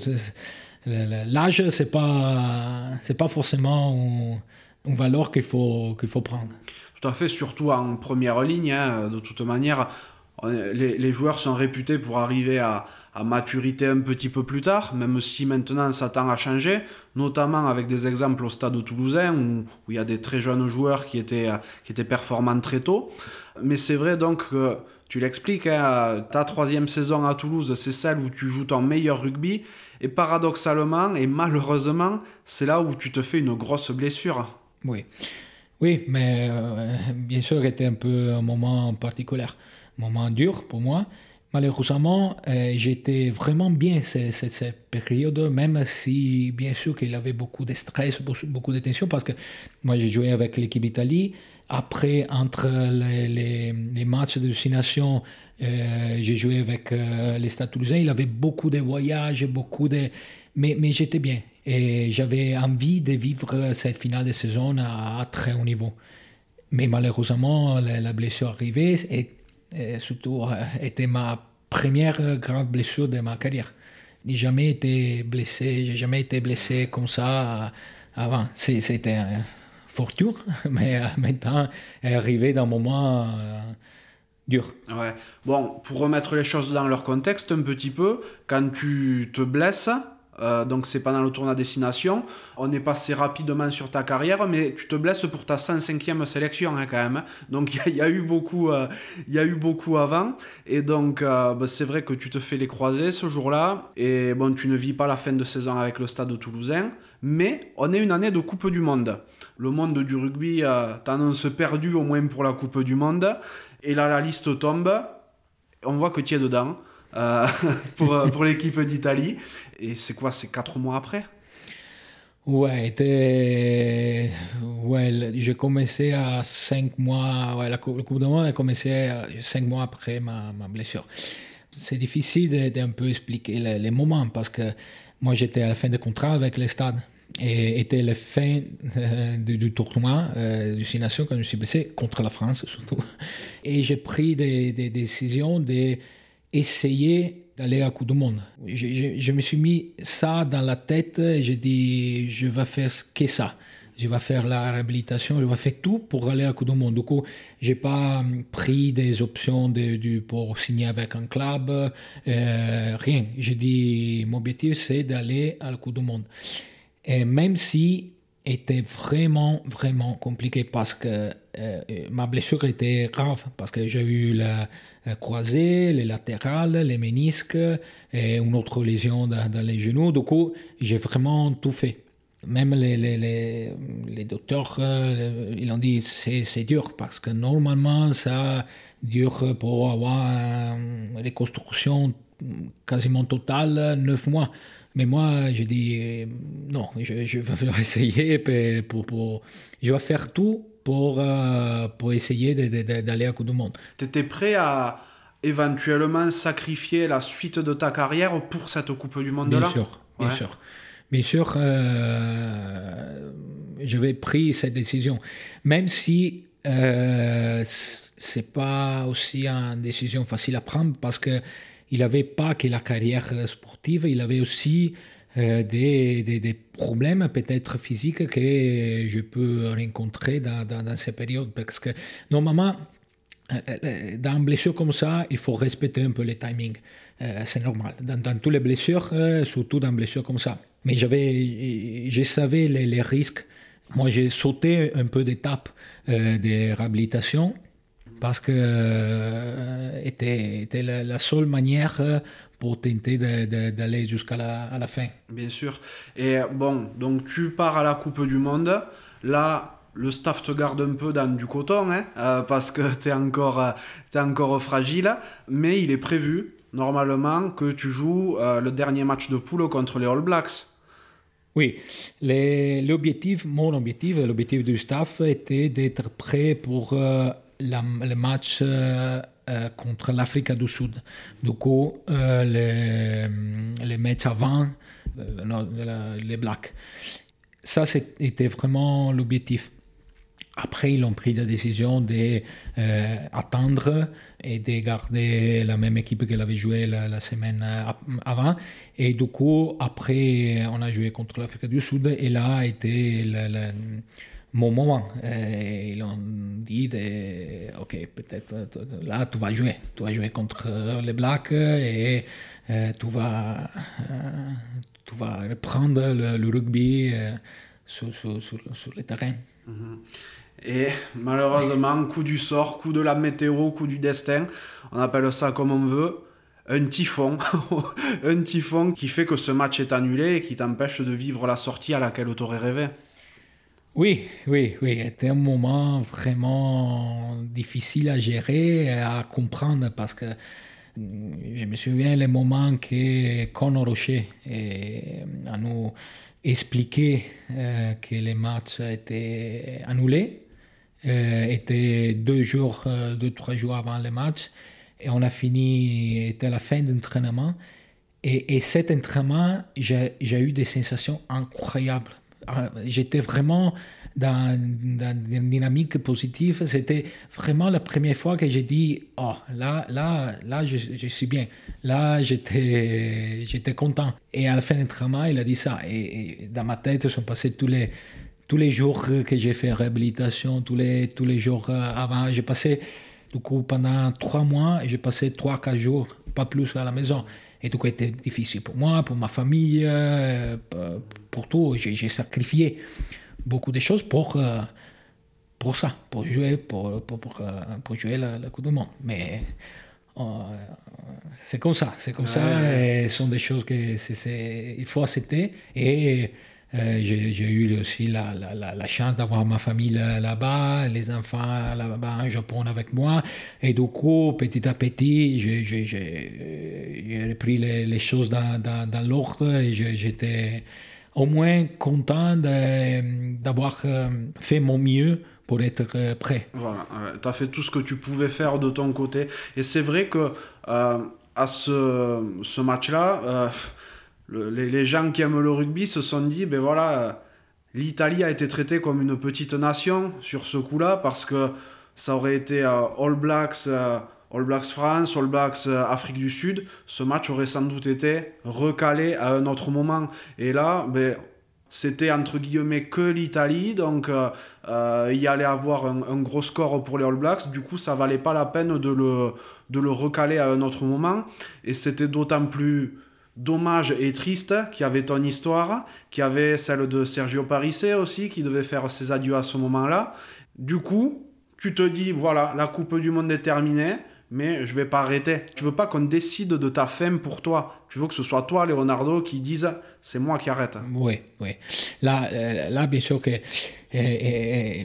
l'âge, c'est pas, c'est pas forcément une, une valeur qu'il faut, qu'il faut prendre. Tout à fait, surtout en première ligne. Hein, de toute manière, les, les joueurs sont réputés pour arriver à, à maturité un petit peu plus tard, même si maintenant ça tend à changer, notamment avec des exemples au Stade Toulousain, où, où il y a des très jeunes joueurs qui étaient, qui étaient performants très tôt. Mais c'est vrai donc que, tu l'expliques, hein, ta troisième saison à Toulouse, c'est celle où tu joues ton meilleur rugby. Et paradoxalement et malheureusement, c'est là où tu te fais une grosse blessure. Oui, oui, mais euh, bien sûr, c'était un peu un moment particulier, un moment dur pour moi. Malheureusement, euh, j'étais vraiment bien cette, cette, cette période, même si bien sûr qu'il y avait beaucoup de stress, beaucoup de tension, parce que moi j'ai joué avec l'équipe d'Italie. Après, entre les, les, les matchs de destination, euh, j'ai joué avec euh, les Stades Toulousains. Il y avait beaucoup de voyages, beaucoup de... Mais, mais j'étais bien. Et j'avais envie de vivre cette finale de saison à, à très haut niveau. Mais malheureusement, la, la blessure arrivée et, et surtout euh, était ma première grande blessure de ma carrière. Je n'ai jamais été blessé, j'ai jamais été blessé comme ça avant. C'est, c'était... Euh, fort dur, mais euh, maintenant est arrivé dans un moment euh, dur. Ouais. Bon, pour remettre les choses dans leur contexte un petit peu, quand tu te blesses, euh, donc c'est pendant le tournoi destination, on est passé rapidement sur ta carrière, mais tu te blesses pour ta cent cinquième sélection hein, quand même. Donc il y, y a eu beaucoup, euh, il y a eu beaucoup avant, et donc euh, bah, c'est vrai que tu te fais les croisés ce jour-là, et bon, tu ne vis pas la fin de saison avec le Stade Toulousain. Mais on est une année de Coupe du Monde. Le monde du rugby euh, t'annonce perdu au moins pour la Coupe du Monde. Et là, la liste tombe. On voit que tu es dedans euh, pour, pour l'équipe d'Italie. Et c'est quoi, c'est quatre mois après ? Ouais, était... ouais, j'ai commencé à cinq mois. Ouais, la, cou- la Coupe du Monde a commencé à cinq mois après ma, ma blessure. C'est difficile de- d'un peu expliquer les, les moments parce que moi j'étais à la fin de contrat avec le stade et était la fin euh, du, du tournoi euh, du Six Nations quand je me suis blessé contre la France surtout. Et j'ai pris des, des décisions d'essayer d'aller à Coupe du Monde. Je, je- je me suis mis ça dans la tête et j'ai dit je vais faire que ça. Je vais faire la réhabilitation, je vais faire tout pour aller à la Coupe du Monde. Du coup, j'ai pas hum, pris des options de, du- pour signer avec un club, euh, rien. J'ai dit mon objectif c'est d'aller à la Coupe du Monde. Et même si était vraiment, vraiment compliqué parce que euh, ma blessure était grave, parce que j'ai eu la, la croisée, les latérales, les ménisques et une autre lésion dans, dans les genoux. Du coup, j'ai vraiment tout fait. Même les, les, les, les docteurs, euh, ils ont dit c'est c'est dur parce que normalement ça dure pour avoir une reconstruction quasiment totale neuf mois. Mais moi, j'ai dit euh, non, je, je vais essayer pour, pour, pour- je vais faire tout pour, euh, pour essayer de- de- de- d'aller à Coupe du Monde. Tu étais prêt à éventuellement sacrifier la suite de ta carrière pour cette Coupe du Bien Monde-là? sûr, bien Ouais. sûr. Bien sûr, euh, j'avais pris cette décision. Même si euh, c- c'est pas aussi une décision facile à prendre parce que il avait pas que la carrière sportive, il avait aussi euh, des, des, des problèmes peut-être physiques que je peux rencontrer dans, dans, dans ces périodes. Parce que normalement, euh, euh, dans une blessure comme ça, il faut respecter un peu les timings. Euh, c'est normal. Dans, dans toutes les blessures, euh, surtout dans une blessure comme ça. Mais j'avais, je savais les, les risques. Moi, j'ai sauté un peu d'étapes euh, de réhabilitation parce que euh, était, était la, la seule manière euh, pour tenter de- de- d'aller jusqu'à la, à la fin. Bien sûr. Et bon, donc tu pars à la Coupe du Monde. Là, le staff te garde un peu dans du coton, hein, euh, parce que tu es encore, euh, t'es encore fragile. Mais il est prévu, normalement, que tu joues euh, le dernier match de poule contre les All Blacks. Oui, les- l'objectif, mon objectif, l'objectif du staff était d'être prêt pour euh, la- le match euh, euh, contre l'Afrique du Sud. Du coup, euh, les, les matchs avant, euh, non, la- les Blacks. Ça, c'était vraiment l'objectif. Après, ils ont pris la décision d'attendre et de garder la même équipe qu'elle avait joué la, la semaine ap- avant. Et du coup, après, on a joué contre l'Afrique du Sud et là a été le, le- mon moment. Et ils ont dit, de, OK, peut-être euh, là, tu vas jouer. Tu vas jouer contre les Blacks et euh, tu, vas, euh, tu vas reprendre le, le rugby euh, sur, sur, sur, sur le terrain. Et malheureusement, coup du sort, coup de la météo, coup du destin, on appelle ça comme on veut, un typhon. Un typhon qui fait que ce match est annulé et qui t'empêche de vivre la sortie à laquelle tu aurais rêvé. Oui, oui, oui. C'était un moment vraiment difficile à gérer et à comprendre parce que mm, je me souviens les moments que Conor Rocher eh, a nous expliqué euh, que les matchs étaient annulés. Euh, était deux jours, euh, deux, trois jours avant le match. Et on a fini, c'était la fin d'entraînement. Et, et cet entraînement, j'ai, j'ai eu des sensations incroyables. Ah, j'étais vraiment dans, dans une dynamique positive. C'était vraiment la première fois que j'ai dit, oh, là, là, là, je, je suis bien. Là, j'étais, j'étais content. Et à la fin de l'entraînement, il a dit ça. Et, et dans ma tête, sont passés tous les, tous les jours que j'ai fait réhabilitation, tous les, tous les jours avant. J'ai passé, du coup, pendant trois mois, j'ai passé trois, quatre jours, pas plus à la maison. Et du coup, c'était difficile pour moi, pour ma famille, euh, pour tout. J'ai, j'ai sacrifié beaucoup de choses pour, euh, pour ça, pour jouer, pour, pour, pour, euh, pour jouer la, la Coupe du Monde. Mais euh, c'est comme ça, c'est comme ouais. ça. Et ce sont des choses que c'est, c'est, il faut accepter. Et euh, j'ai, j'ai eu aussi la, la, la, la chance d'avoir ma famille là, là-bas, les enfants là-bas en Japon avec moi. Et du coup, petit à petit, j'ai, j'ai, j'ai, j'ai repris les, les choses dans, dans, dans l'ordre et j'étais au moins content de, d'avoir euh, fait mon mieux pour être euh, prêt. Voilà, euh, tu as fait tout ce que tu pouvais faire de ton côté. Et c'est vrai que euh, à ce, ce match-là, euh, le, les, les gens qui aiment le rugby se sont dit, ben voilà, euh, l'Italie a été traitée comme une petite nation sur ce coup-là, parce que ça aurait été euh, All Blacks, euh, All Blacks France, All Blacks euh, Afrique du Sud. Ce match aurait sans doute été recalé à un autre moment. Et là, ben, c'était entre guillemets que l'Italie, donc euh, euh, il y allait avoir un, un gros score pour les All Blacks. Du coup, ça valait pas la peine de le, de le recaler à un autre moment. Et c'était d'autant plus dommage et triste qu'il y avait ton histoire, qu'il y avait celle de Sergio Parisse aussi, qui devait faire ses adieux à ce moment-là. Du coup, tu te dis, voilà, la Coupe du Monde est terminée, mais je vais pas arrêter. Tu veux pas qu'on décide de ta fin pour toi. Tu veux que ce soit toi, Leonardo, qui dise c'est moi qui arrête. Oui, oui. Là, euh, là bien sûr que euh, euh,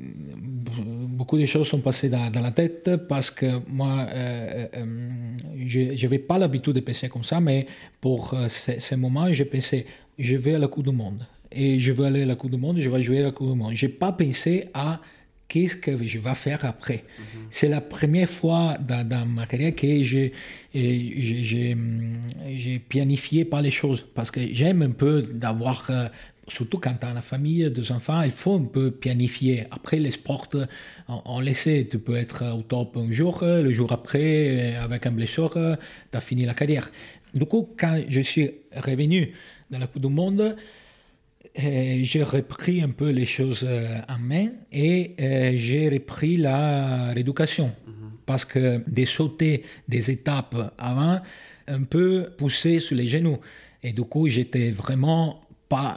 beaucoup de choses sont passées dans, dans la tête parce que moi, euh, euh, je n'avais pas l'habitude de penser comme ça, mais pour euh, ce, ce moment, je pensais je vais à la Coupe du Monde. Et je veux aller à la Coupe du Monde, je vais jouer à la Coupe du Monde. Je n'ai pas pensé à qu'est-ce que je vais faire après. Mm-hmm. C'est la première fois dans, dans ma carrière que j'ai, j'ai, j'ai, j'ai planifié pas les choses. Parce que j'aime un peu d'avoir, euh, surtout quand tu as une famille, deux enfants, il faut un peu planifier. Après, les sports, on, on le sait, tu peux être au top un jour, le jour après, avec un blessure, tu as fini la carrière. Du coup, quand je suis revenu dans la Coupe du Monde, Euh, j'ai repris un peu les choses euh, en main et euh, j'ai repris la rééducation. Mm-hmm. Parce que de sauter des étapes avant, un peu poussé sur les genoux. Et du coup, j'étais vraiment pas...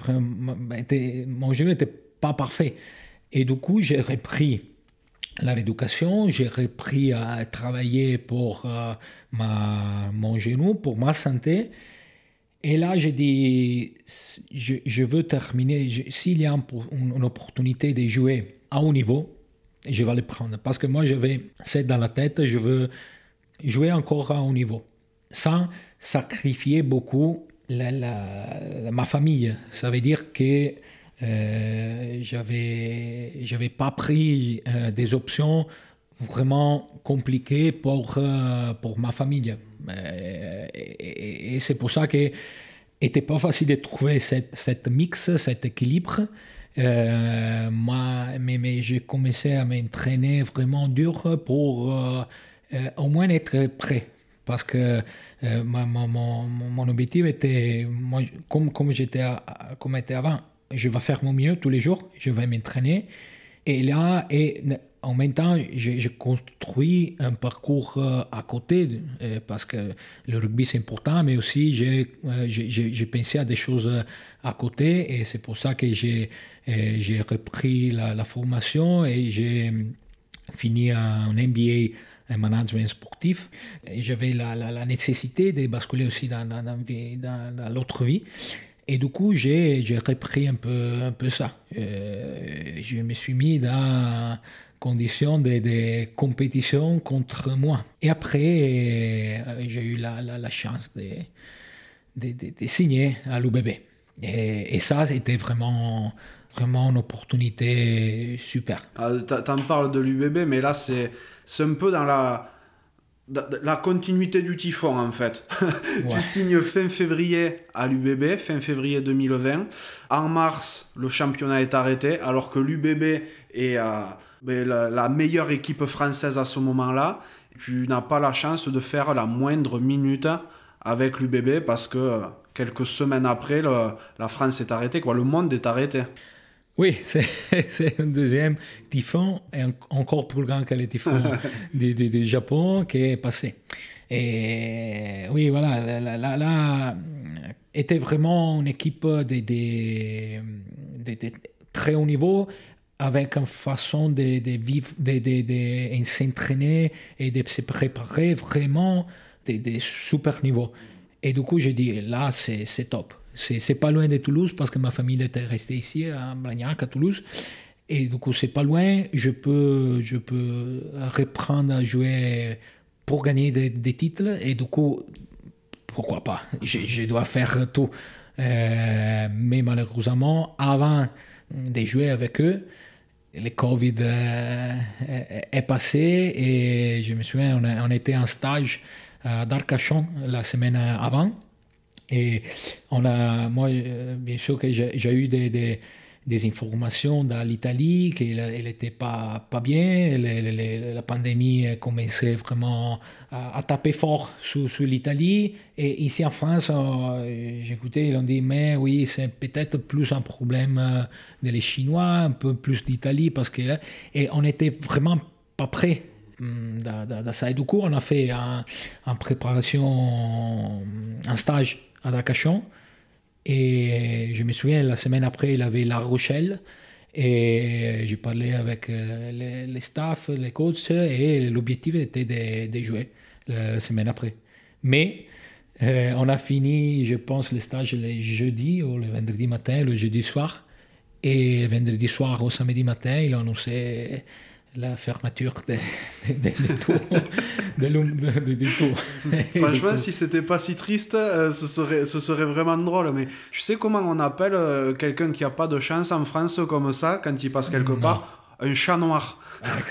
J'étais, mon genou n'était pas parfait. Et du coup, j'ai repris la rééducation, j'ai repris à travailler pour euh, ma, mon genou, pour ma santé. Et là, j'ai dit, je, je veux terminer, je, s'il y a une, une opportunité de jouer à haut niveau, je vais le prendre. Parce que moi, j'avais ça dans la tête, je veux jouer encore à haut niveau, sans sacrifier beaucoup la, la, la, ma famille. Ça veut dire que euh, j'avais, j'avais pas pris euh, des options vraiment compliquées pour, euh, pour ma famille. Et, et, et c'est pour ça que n'était pas facile de trouver cette, cette mix, cet équilibre. Euh, moi, mais, mais j'ai commencé à m'entraîner vraiment dur pour euh, euh, au moins être prêt. Parce que euh, ma, ma, mon, mon objectif était, moi, comme, comme j'étais comme était avant, je vais faire mon mieux tous les jours, je vais m'entraîner. Et là, et, en même temps, j'ai, j'ai construit un parcours euh, à côté, euh, parce que le rugby c'est important, mais aussi j'ai, euh, j'ai, j'ai, j'ai pensé à des choses à côté, et c'est pour ça que j'ai, euh, j'ai repris la, la formation et j'ai fini un M B A en management sportif. Et j'avais la, la, la nécessité de basculer aussi dans, dans, dans, dans, dans l'autre vie. Et du coup, j'ai, j'ai repris un peu, un peu ça. Euh, je me suis mis dans conditions de, de compétition contre moi. Et après, euh, j'ai eu la, la, la chance de, de, de, de signer à l'U B B. Et, et ça, c'était vraiment, vraiment une opportunité super. Ah, t'en parles de l'U B B, mais là, c'est, c'est un peu dans la... la continuité du typhon en fait. Ouais. Tu signes fin février à l'U B B, fin février deux mille vingt. En mars, le championnat est arrêté, alors que l'U B B est euh, ben, la, la meilleure équipe française à ce moment-là. Tu n'as pas la chance de faire la moindre minute avec l'U B B parce que euh, quelques semaines après, le, la France est arrêtée, quoi. Le monde est arrêté. Oui, c'est, c'est un deuxième typhon, et encore plus grand que le typhon du, du, du Japon qui est passé. Et oui, voilà, là, là, là était vraiment une équipe de, de, de, de très haut niveau, avec une façon de, de vivre, de, de, de, de s'entraîner et de se préparer vraiment de, de super niveau. Et du coup, j'ai dit, là, c'est, c'est top. C'est, c'est pas loin de Toulouse parce que ma famille était restée ici à Blagnac, à Toulouse. Et du coup, c'est pas loin. Je peux, je peux reprendre à jouer pour gagner des, des titres. Et du coup, pourquoi pas? Je, je dois faire tout. Euh, mais malheureusement, avant de jouer avec eux, le Covid euh, est passé et je me souviens, on, a, on était en stage à Arcachon la semaine avant. Et on a, moi, bien sûr que j'ai, j'ai eu des, des, des informations dans l'Italie qu'elle n'était pas, pas bien. Le, le, la pandémie commençait vraiment à, à taper fort sur, sur l'Italie. Et ici en France, euh, j'écoutais, ils ont dit, mais oui, c'est peut-être plus un problème de les Chinois, un peu plus d'Italie. Parce que, et on n'était vraiment pas prêts. Dans, dans, dans ça. Et du coup, on a fait un, en préparation, un stage à Arcachon. Et je me souviens, la semaine après, il avait La Rochelle. Et j'ai parlé avec les, les staffs, les coachs. Et l'objectif était de, de jouer la semaine après. Mais euh, on a fini, je pense, le stage le jeudi ou le vendredi matin, le jeudi soir. Et le vendredi soir au samedi matin, il a annoncé la fermeture des de, de, de tout. De, de, de, de tout. Franchement, si c'était pas si triste, euh, ce, serait, ce serait vraiment drôle. Mais tu sais comment on appelle euh, quelqu'un qui a pas de chance en France comme ça, quand il passe quelque non. part? Un chat noir.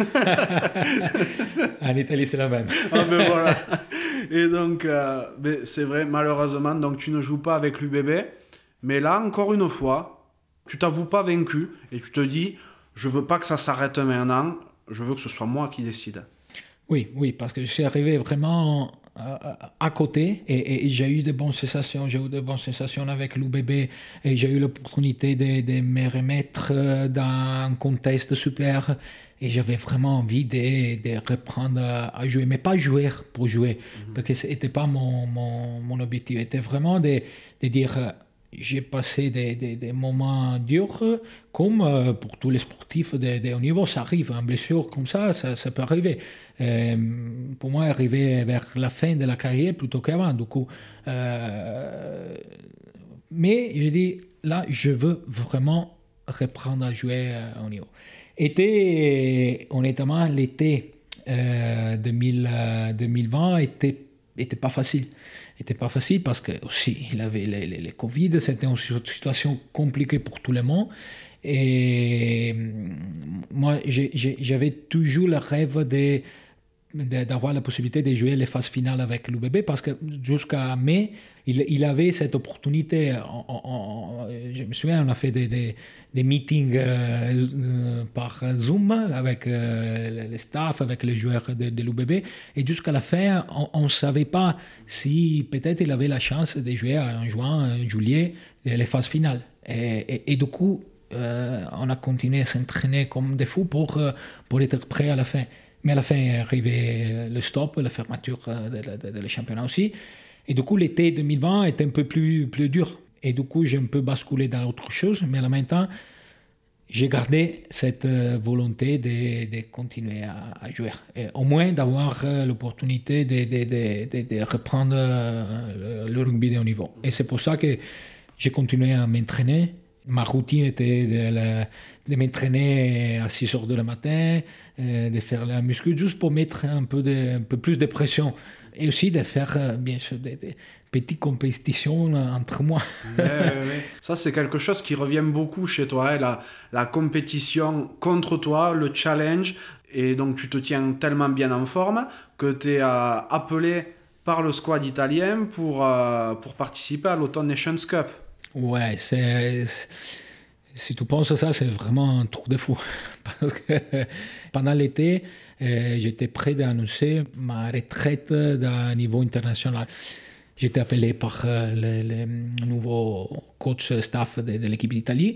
En Italie, c'est la même. Ah ben voilà. Et donc, euh, ben, c'est vrai, malheureusement, donc tu ne joues pas avec l'U B B. Mais là, encore une fois, tu t'avoues pas vaincu et tu te dis, je veux pas que ça s'arrête maintenant. Je veux que ce soit moi qui décide. Oui, oui, parce que je suis arrivé vraiment euh, à côté et, et, et j'ai eu de bonnes sensations. J'ai eu de bonnes sensations avec l'U B B et j'ai eu l'opportunité de, de me remettre dans un contexte super. Et j'avais vraiment envie de, de reprendre à jouer, mais pas jouer pour jouer, mm-hmm. parce que ce n'était pas mon, mon, mon objectif. C'était vraiment de, de dire... J'ai passé des, des, des moments durs, comme euh, pour tous les sportifs de, de haut niveau, ça arrive, une blessure comme ça, ça, ça peut arriver. Euh, pour moi, arriver vers la fin de la carrière plutôt qu'avant, du coup. Euh, mais je dis, là, je veux vraiment reprendre à jouer euh, au niveau. Été, honnêtement, l'été euh, deux mille, deux mille vingt était, était pas facile. C'était pas facile parce que aussi il avait les, les, les Covid, c'était une situation compliquée pour tout le monde. Et moi, j'ai, j'ai, j'avais toujours le rêve de, de, d'avoir la possibilité de jouer les phases finales avec l'U B B parce que jusqu'à mai, il, il avait cette opportunité. En, en, en, je me souviens, on a fait des, des, des meetings euh, euh, par Zoom avec euh, les staffs, avec les joueurs de, de l'U B B. Et jusqu'à la fin, on ne savait pas si peut-être il avait la chance de jouer en juin, en juillet, les phases finales. Et, et, et du coup, euh, on a continué à s'entraîner comme des fous pour, pour être prêt à la fin. Mais à la fin est arrivé le stop, la fermeture de, de, de, de championnat aussi. Et du coup, l'été deux mille vingt est un peu plus, plus dur. Et du coup, j'ai un peu basculé dans autre chose. Mais en même temps, j'ai gardé cette volonté de, de continuer à, à jouer. Et au moins d'avoir l'opportunité de, de, de, de, de reprendre le, le rugby de haut niveau. Et c'est pour ça que j'ai continué à m'entraîner. Ma routine était de, la, de m'entraîner à six heures du matin, de faire la muscu, juste pour mettre un peu, de, un peu plus de pression. Et aussi de faire, bien sûr, des, des petites compétitions entre moi. Ouais, ouais, ouais. Ça, c'est quelque chose qui revient beaucoup chez toi, hein, la, la compétition contre toi, le challenge. Et donc, tu te tiens tellement bien en forme que tu es euh, appelé par le squad italien pour, euh, pour participer à l'Autumn Nations Cup. Ouais, c'est... Si tu penses à ça, c'est vraiment un truc de fou. Parce que pendant l'été, euh, j'étais prêt d'annoncer ma retraite d'un niveau international. J'étais appelé par euh, le, le nouveau coach staff de, de l'équipe d'Italie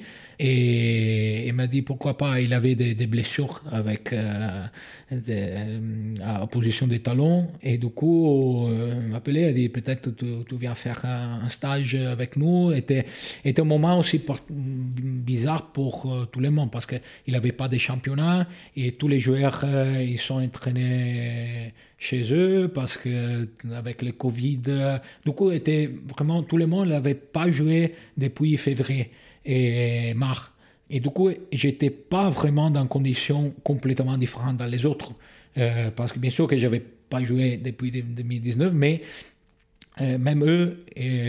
et il m'a dit pourquoi pas. Il avait des, des blessures avec euh, des, à position des talons et du coup euh, il m'a appelé, il a dit peut-être tu, tu viens faire un, un stage avec nous. C'était était un moment aussi por- bizarre pour euh, tout le monde parce qu'il n'avait pas de championnat et tous les joueurs euh, ils sont entraînés chez eux parce qu'avec le Covid, du coup, était vraiment, tout le monde n'avait pas joué depuis février et mars. Et du coup, j'étais pas vraiment dans des conditions complètement différentes dans les autres. Euh, parce que bien sûr que je n'avais pas joué depuis deux mille dix-neuf, mais Euh, même eux,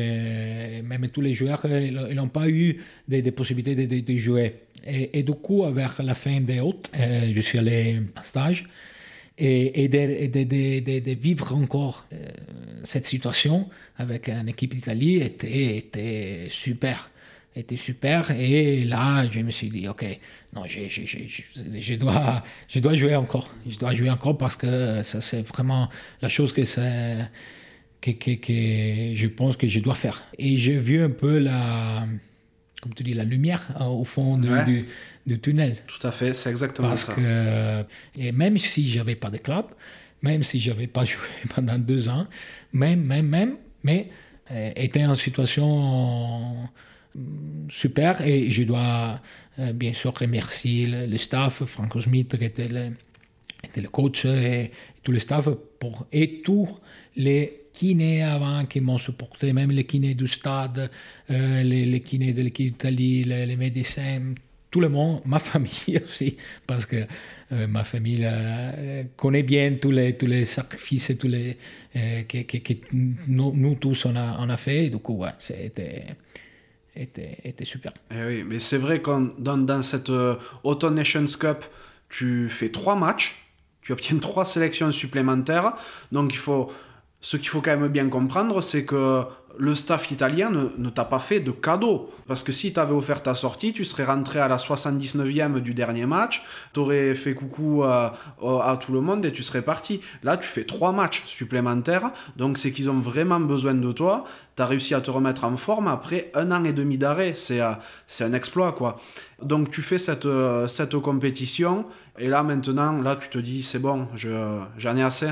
et même tous les joueurs, ils n'ont pas eu des, des possibilités de, de, de jouer. Et, et du coup, vers la fin des août, euh, je suis allé en stage et, et, de, et de, de, de, de vivre encore euh, cette situation avec une équipe d'Italie était, était super. Était super. Et là, je me suis dit, OK, non, je, je, je, je, je, dois, je dois jouer encore. Je dois jouer encore parce que ça, c'est vraiment la chose que c'est. Que, que, que je pense que je dois faire. Et j'ai vu un peu la, comme tu dis, la lumière euh, au fond du, Ouais. du, du tunnel. Tout à fait, c'est exactement Parce ça. que, et même si je n'avais pas de club, même si je n'avais pas joué pendant deux ans, même, même, même, mais euh, était en situation euh, super et je dois euh, bien sûr remercier le, le staff, Franco Smith qui était le, était le coach et, et tout le staff pour, et tous les kinés avant qui m'ont supporté, même les kinés du stade, euh, les, les kinés de l'équipe d'Italie, les, les médecins, tout le monde, ma famille aussi, parce que euh, ma famille euh, connaît bien tous les, tous les sacrifices et tous les, euh, que, que, que nous, nous tous on a, on a fait. Et du coup, ouais, c'était, était, était super. Eh oui, mais c'est vrai que dans, dans cette euh, Autumn Nations Cup, tu fais trois matchs, tu obtiens trois sélections supplémentaires, donc il faut... Ce qu'il faut quand même bien comprendre, c'est que le staff italien ne, ne t'a pas fait de cadeau. Parce que si t'avais offert ta sortie, tu serais rentré à la soixante-dix-neuvième du dernier match, t'aurais fait coucou à, à tout le monde et tu serais parti. Là, tu fais trois matchs supplémentaires, donc c'est qu'ils ont vraiment besoin de toi. T'as réussi à te remettre en forme après un an et demi d'arrêt. C'est, c'est un exploit, quoi. Donc tu fais cette, cette compétition, et là maintenant, là tu te dis, c'est bon, je, j'en ai assez.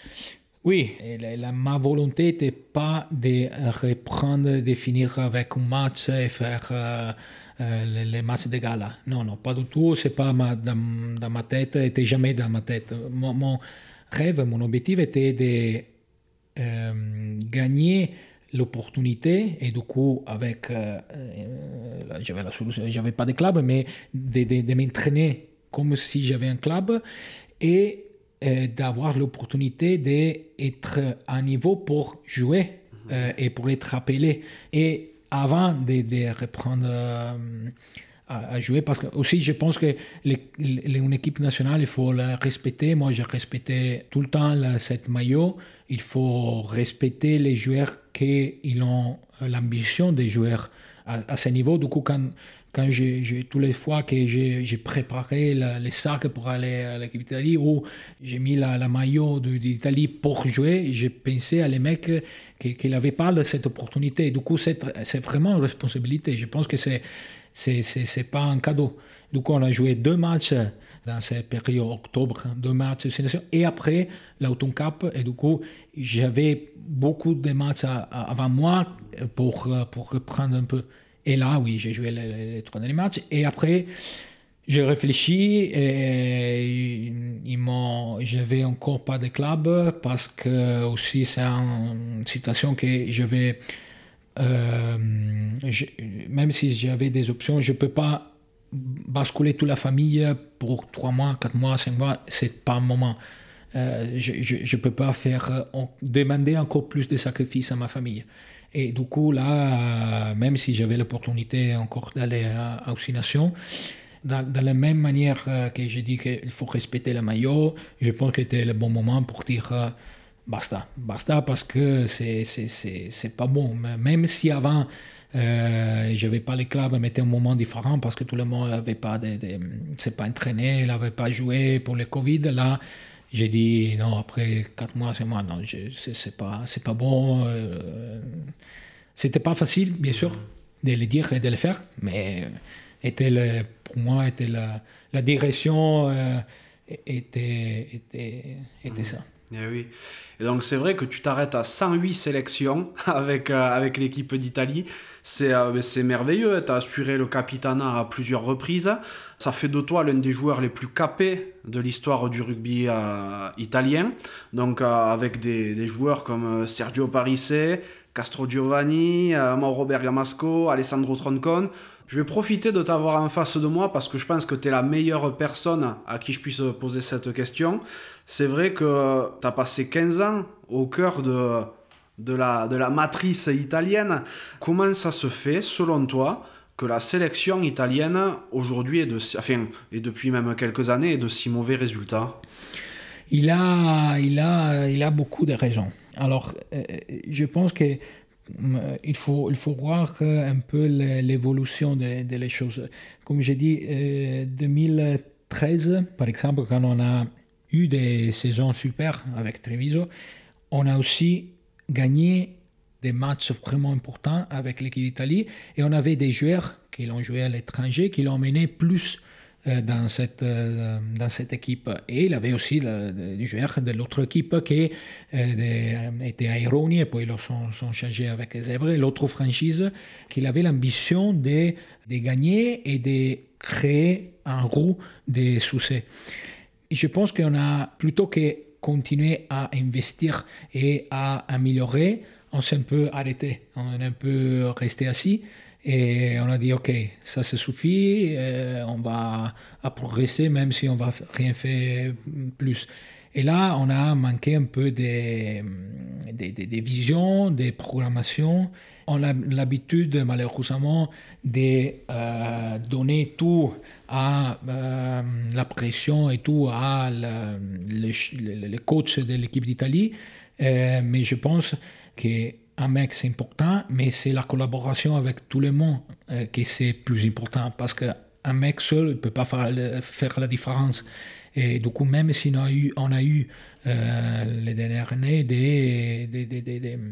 Oui, et la, la, ma volonté n'était pas de reprendre, de finir avec un match et faire euh, euh, les, les matchs de gala. Non, non, pas du tout. C'est pas ma, dans, dans ma tête, n'était jamais dans ma tête. Mon, mon rêve, mon objectif était de euh, gagner l'opportunité et du coup avec euh, euh, j'avais la solution, j'avais pas de club, mais de, de, de m'entraîner comme si j'avais un club et Euh, d'avoir l'opportunité d'être à un niveau pour jouer mmh. euh, et pour être appelé. Et avant de, de reprendre euh, à, à jouer, parce que aussi je pense que les, les, une équipe nationale, il faut la respecter. Moi, j'ai respecté tout le temps la, cette maillot. Il faut respecter les joueurs qui ils ont l'ambition de jouer à, à ce niveau. Du coup, quand Quand j'ai, j'ai, toutes les fois que j'ai, j'ai préparé la, les sacs pour aller à l'équipe d'Italie ou j'ai mis la, la maillot de, d'Italie pour jouer, j'ai pensé à les mecs qui, qui n'avaient pas cette opportunité. Du coup, c'est, c'est vraiment une responsabilité. Je pense que c'est, c'est, c'est, c'est pas un cadeau. Du coup, on a joué deux matchs dans cette période octobre, deux matchs de sélection, et après l'Autumn Cup. Et du coup, j'avais beaucoup de matchs à, à, avant moi pour, pour reprendre un peu. Et là, oui, j'ai joué les, les trois derniers matchs. Et après, j'ai réfléchi et ils m'ont, j'avais encore pas de club parce que aussi c'est une situation que je vais, euh, je, même si j'avais des options, je peux pas basculer toute la famille pour trois mois, quatre mois, cinq mois. C'est pas un moment. Euh, je, je, je peux pas faire, on, demander encore plus de sacrifices à ma famille. Et du coup, là, même si j'avais l'opportunité encore d'aller à, à Six Nations, dans, dans la même manière que j'ai dit qu'il faut respecter le maillot, je pense que c'était le bon moment pour dire euh, basta. Basta parce que c'est, c'est, c'est, c'est pas bon. Même si avant, euh, je n'avais pas les clubs, mais c'était un moment différent parce que tout le monde n'avait pas, de, de, s'est pas entraîné, n'avait pas joué pour le Covid. Là, j'ai dit non, après quatre mois, c'est moi, non, je, c'est, c'est, pas, c'est pas bon. Euh, c'était pas facile, bien sûr, de le dire et de le faire, mais était le, pour moi, était la, la direction euh, était, était, était ça. Et oui. Et donc c'est vrai que tu t'arrêtes à cent huit sélections avec, euh, avec l'équipe d'Italie. C'est, euh, c'est merveilleux, tu as assuré le capitanat à plusieurs reprises. Ça fait de toi l'un des joueurs les plus capés de l'histoire du rugby euh, italien. Donc euh, avec des, des joueurs comme Sergio Parisse, Castro Giovanni, euh, Mauro Bergamasco, Alessandro Troncone. Je vais profiter de t'avoir en face de moi parce que je pense que tu es la meilleure personne à qui je puisse poser cette question. C'est vrai que tu as passé quinze ans au cœur de, de la, de la matrice italienne. Comment ça se fait, selon toi, que la sélection italienne, aujourd'hui, est de, enfin, et depuis même quelques années, est de si mauvais résultats? Il a, il a, il a beaucoup de raisons. Alors, euh, je pense que euh, il faut, il faut voir un peu l'évolution des de les choses. Comme j'ai dit, euh, deux mille treize, par exemple, quand on a eu des saisons super avec Treviso, on a aussi gagné des matchs vraiment importants avec l'équipe d'Italie et on avait des joueurs qui l'ont joué à l'étranger, qui l'ont mené plus euh, dans, cette, euh, dans cette équipe. Et il avait aussi le, des joueurs de l'autre équipe qui euh, étaient à Ironi et puis ils sont, sont changés avec Zebre, l'autre franchise, qui avait l'ambition de, de gagner et de créer un roue de succès. Et je pense qu'on a plutôt que continuer à investir et à améliorer, on s'est un peu arrêté, on est un peu resté assis et on a dit ok, ça se suffit, euh, on va à progresser même si on va rien faire plus. Et là, on a manqué un peu des, des, des, des visions, des programmations. On a l'habitude, malheureusement, de euh, donner tout à euh, la pression et tout à le, le, le coach de l'équipe d'Italie. Euh, mais je pense qu'un mec, c'est important, mais c'est la collaboration avec tout le monde euh, qui c'est plus important. Parce qu'un mec seul ne peut pas faire, faire la différence. Et du coup, même si on a eu, on a eu euh, les dernières années des, des, des, des, des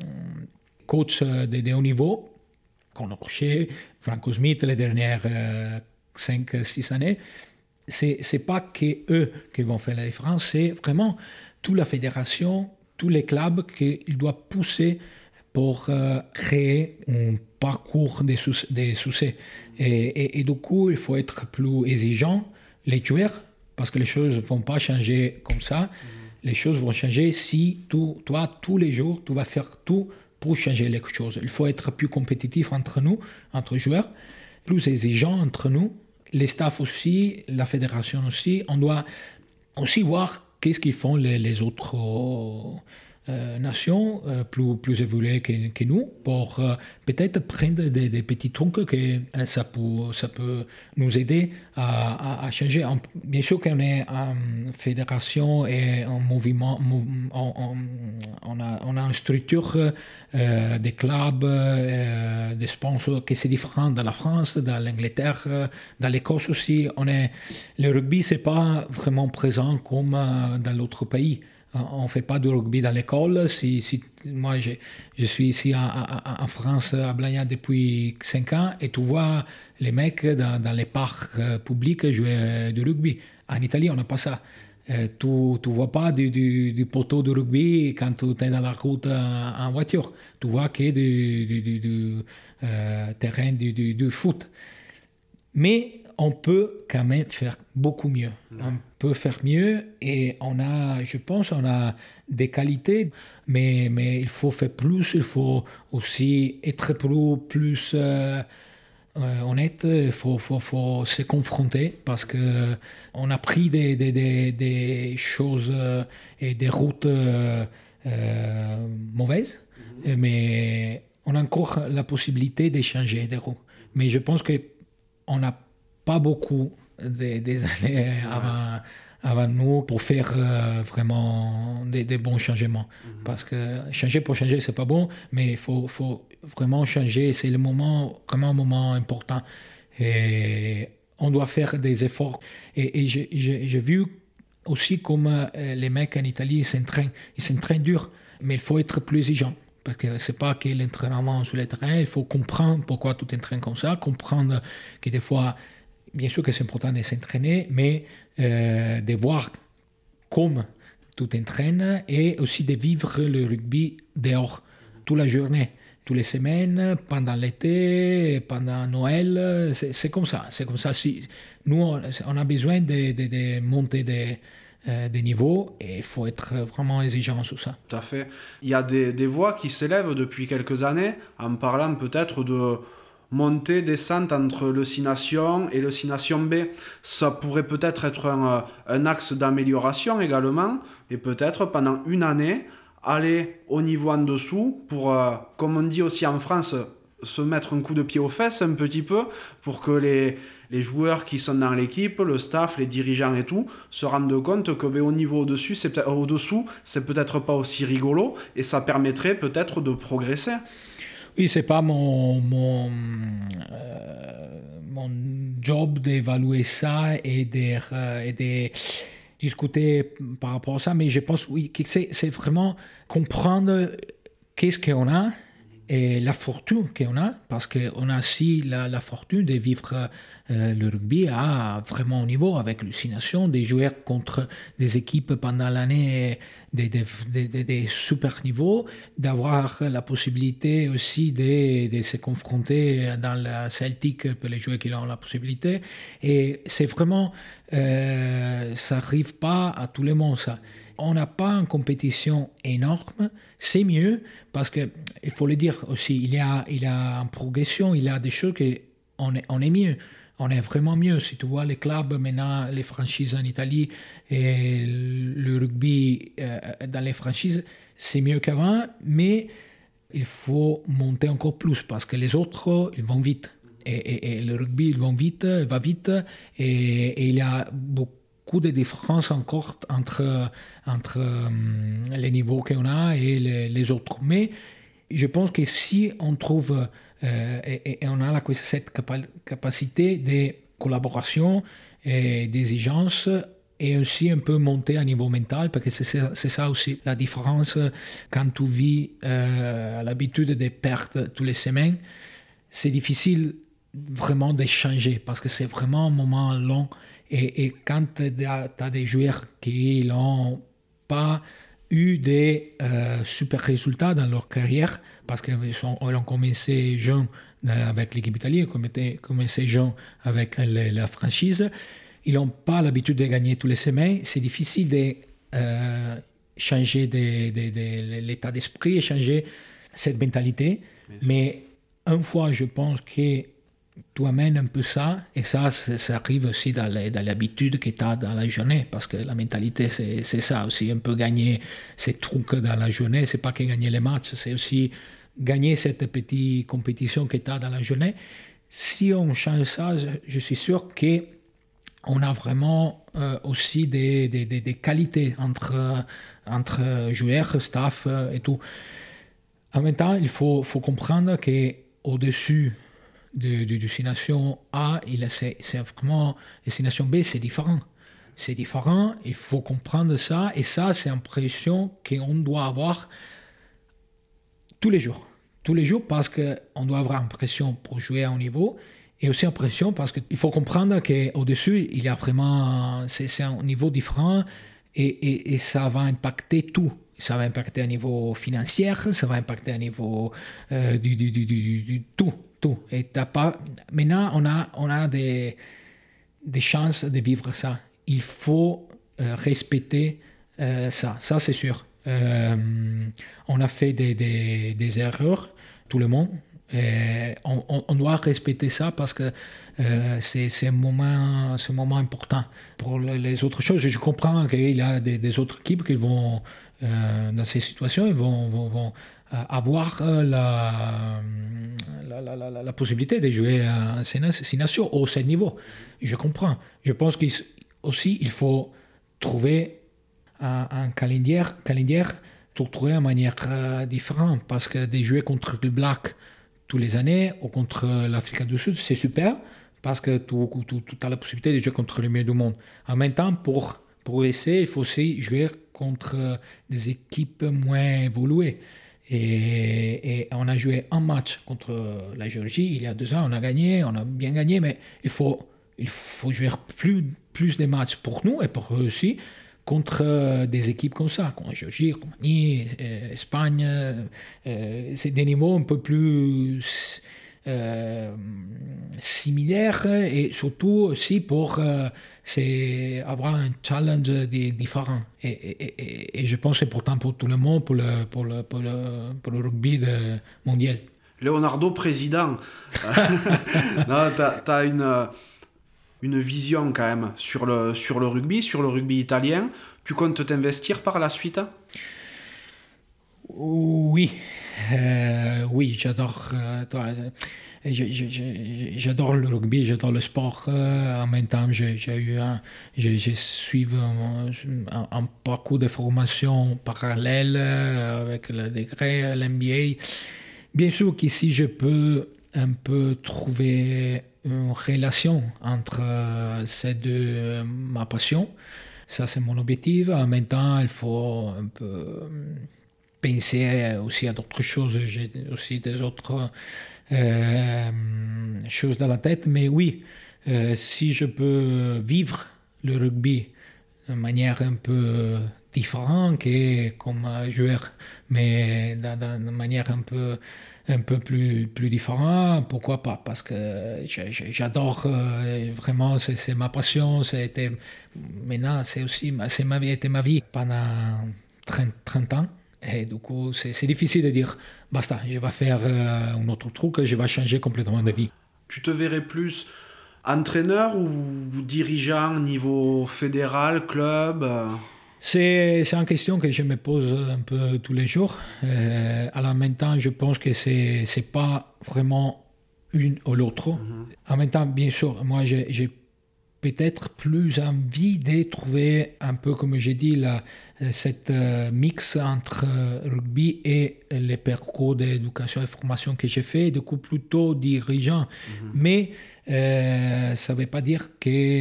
coachs de, de haut niveau, Conor Rocher, Franco Smith, les dernières euh, cinq six années, c'est n'est pas qu'eux qui vont faire la différence, c'est vraiment toute la fédération, tous les clubs qu'ils doivent pousser pour euh, créer un parcours de, de succès. Et, et, et du coup, il faut être plus exigeant, les joueurs, parce que les choses ne vont pas changer comme ça. Mmh. Les choses vont changer si tout, toi, tous les jours, tu vas faire tout pour changer les choses. Il faut être plus compétitif entre nous, entre joueurs, plus exigeant entre nous, les staffs aussi, la fédération aussi. On doit aussi voir qu'est-ce qu'ils font les, les autres euh, nations euh, plus, plus évoluées que, que nous pour euh, peut-être prendre des, des petits trucs que euh, ça, peut, ça peut nous aider à, à, à changer. On, bien sûr qu'on est en fédération et en mouvement, on, on, on, a, on a une structure euh, des clubs, euh, des sponsors qui c'est différent dans la France, dans l'Angleterre, dans l'Écosse aussi. On est, le rugby, c'est pas vraiment présent comme dans l'autre pays. On ne fait pas de rugby dans l'école. Si, si, moi, je, je suis ici en, en, en France, à Blagnac, depuis cinq ans, et tu vois les mecs dans, dans les parcs publics jouer du rugby. En Italie, on n'a pas ça. Euh, tu ne vois pas du, du, du poteau de rugby quand tu es dans la route en, en voiture. Tu vois que du, du, du, du euh, terrain du, du, du foot. Mais on peut quand même faire beaucoup mieux. On peut faire mieux et on a, je pense, on a des qualités, mais, mais il faut faire plus, il faut aussi être plus, plus euh, euh, honnête, il faut, faut, faut se confronter parce qu'on a pris des, des, des, des choses euh, et des routes euh, euh, mauvaises, mm-hmm. mais on a encore la possibilité de changer des routes. Mais je pense qu'on n'a pas beaucoup des, des années avant, avant nous pour faire euh, vraiment des, des bons changements. Mm-hmm. Parce que changer pour changer, c'est pas bon, mais il faut, faut vraiment changer. C'est le moment, vraiment un moment important. Et on doit faire des efforts. Et, et j'ai, j'ai, j'ai vu aussi comme euh, les mecs en Italie s'entraînent. Ils s'entraînent dur, mais il faut être plus exigeant. Parce que ce n'est pas que l'entraînement sur le terrain, il faut comprendre pourquoi tu t'entraînes comme ça, comprendre que des fois, bien sûr que c'est important de s'entraîner, mais euh, de voir comment tu t'entraînes et aussi de vivre le rugby dehors, toute la journée, toutes les semaines, pendant l'été, pendant Noël, c'est, c'est comme ça. C'est comme ça. Si, nous, on, on a besoin de, de, de monter des... Euh, des niveaux et il faut être vraiment exigeant sur ça. Tout à fait. Il y a des, des voix qui s'élèvent depuis quelques années en parlant peut-être de montée, descente entre le Six Nations et le Six Nations B. Ça pourrait peut-être être un, un axe d'amélioration également et peut-être pendant une année aller au niveau en dessous pour, euh, comme on dit aussi en France, se mettre un coup de pied aux fesses un petit peu pour que les, les joueurs qui sont dans l'équipe, le staff, les dirigeants et tout, se rendent compte que ben, au niveau au-dessus, c'est peut-être, au-dessous, c'est peut-être pas aussi rigolo et ça permettrait peut-être de progresser. Oui, c'est pas mon, mon, euh, mon job d'évaluer ça et de, euh, et de discuter par rapport à ça, mais je pense oui, que c'est, c'est vraiment comprendre qu'est-ce qu'on a et la fortune qu'on a, parce qu'on a aussi la, la fortune de vivre euh, le rugby à vraiment haut niveau, avec l'hallucination, de jouer contre des équipes pendant l'année des de, de, de, de super niveaux, d'avoir la possibilité aussi de, de se confronter dans la Celtic pour les joueurs qui ont la possibilité. Et c'est vraiment, euh, ça n'arrive pas à tout le monde, ça. On n'a pas une compétition énorme, c'est mieux parce que il faut le dire aussi, il y a, il y a une progression, il y a des choses qu'on est, on est mieux, on est vraiment mieux. Si tu vois les clubs maintenant, les franchises en Italie et le rugby euh, dans les franchises, c'est mieux qu'avant, mais il faut monter encore plus parce que les autres, ils vont vite. Et, et, et le rugby, ils vont vite, il va vite et, et il y a beaucoup beaucoup de différences encore entre, entre um, les niveaux qu'on a et les, les autres. Mais je pense que si on trouve euh, et, et on a la, cette capa- capacité de collaboration et d'exigence et aussi un peu monter à niveau mental, parce que c'est, c'est ça aussi la différence quand tu vis euh, à l'habitude de perdre toutes les semaines. C'est difficile vraiment de changer parce que c'est vraiment un moment long. Et, et quand tu as des joueurs qui n'ont pas eu des euh, super résultats dans leur carrière, parce qu'ils ont commencé jeunes avec l'équipe italienne, ils ont commencé jeunes avec les, la franchise, ils n'ont pas l'habitude de gagner tous les semaines, c'est difficile de euh, changer de, de, de l'état d'esprit et changer cette mentalité. Mais une fois, je pense que tu amènes un peu ça, et ça, ça arrive aussi dans, les, dans l'habitude que tu as dans la journée, parce que la mentalité, c'est, c'est ça aussi, un peu gagner ces trucs dans la journée, c'est pas que gagner les matchs, c'est aussi gagner cette petite compétition que tu as dans la journée. Si on change ça, je, je suis sûr qu'on a vraiment euh, aussi des, des, des, des qualités entre, entre joueurs, staff et tout. En même temps, il faut, faut comprendre qu'au-dessus de, de destination A, il a, c'est, c'est vraiment destination B, c'est différent. C'est différent, il faut comprendre ça, et ça, c'est une pression qu'on doit avoir tous les jours. Tous les jours, parce qu'on doit avoir une pression pour jouer à un niveau, et aussi une pression parce qu'il faut comprendre qu'au-dessus, il y a vraiment, c'est, c'est un niveau différent, et, et, et ça va impacter tout. Ça va impacter à niveau financier, ça va impacter à niveau euh, du, du, du, du, du tout. Tout. Et t'as pas... Maintenant, on a, on a des, des chances de vivre ça. Il faut euh, respecter euh, ça. Ça, c'est sûr. Euh, on a fait des, des, des erreurs, tout le monde. Et on, on, on doit respecter ça parce que euh, c'est, c'est, un moment, c'est un moment important. Pour les autres choses, je comprends qu'il y a des, des autres équipes qui vont, euh, dans ces situations, ils vont... vont, vont avoir la, la, la, la, la possibilité de jouer à Six Nations au sept niveau. Je comprends. Je pense qu'aussi, il faut trouver un, un calendrier, calendrier structuré de manière euh, différente, parce que de jouer contre le Black tous les années ou contre l'Afrique du Sud, c'est super, parce que tu, tu, tu as la possibilité de jouer contre le meilleur du monde. En même temps, pour progresser, il faut aussi jouer contre des équipes moins évoluées. Et, et on a joué un match contre la Géorgie il y a deux ans, on a gagné, on a bien gagné, mais il faut, il faut jouer plus, plus de matchs pour nous et pour eux aussi contre des équipes comme ça, comme la Géorgie, Roumanie, euh, Espagne. Euh, c'est des niveaux un peu plus euh, similaires et surtout aussi pour euh, c'est avoir un challenge différent. Et, et, et, et je pense que c'est important pour tout le monde, pour le, pour le, pour le, pour le rugby de, mondial. Leonardo, président, non, t'as, t'as une, une vision quand même sur le, sur le rugby, sur le rugby italien. Tu comptes t'investir par la suite ? Oui, euh, oui, j'adore. Euh, toi, j'adore le rugby, j'adore le sport. Euh, en même temps, j'ai, j'ai eu un, j'ai, j'ai suivi un, un, un parcours de formation parallèle euh, avec le degré, l'N B A. Bien sûr qu'ici, je peux un peu trouver une relation entre euh, ces deux, euh, ma passion. Ça, c'est mon objectif. En même temps, il faut un peu penser aussi à d'autres choses. J'ai aussi des autres euh, choses dans la tête. Mais oui, euh, si je peux vivre le rugby de manière un peu différente que comme joueur, mais d'une manière un peu un peu plus, plus différent, pourquoi pas? Parce que j'adore euh, vraiment, c'est, c'est ma passion, c'était, maintenant c'est aussi, c'est ma vie, était ma vie pendant trente, trente ans. Et du coup, c'est, c'est difficile de dire, basta, je vais faire euh, un autre truc, je vais changer complètement de vie. Tu te verrais plus entraîneur ou dirigeant niveau fédéral, club? C'est, c'est une question que je me pose un peu tous les jours. Euh, à la même temps, je pense que c'est c'est pas vraiment une ou l'autre. Mm-hmm. En même temps, bien sûr, moi, j'ai, j'ai peut-être plus envie de trouver un peu, comme j'ai dit, la, cette euh, mix entre euh, rugby et les parcours d'éducation et de formation que j'ai fait, du coup plutôt dirigeant. Mm-hmm. Mais euh, ça ne veut pas dire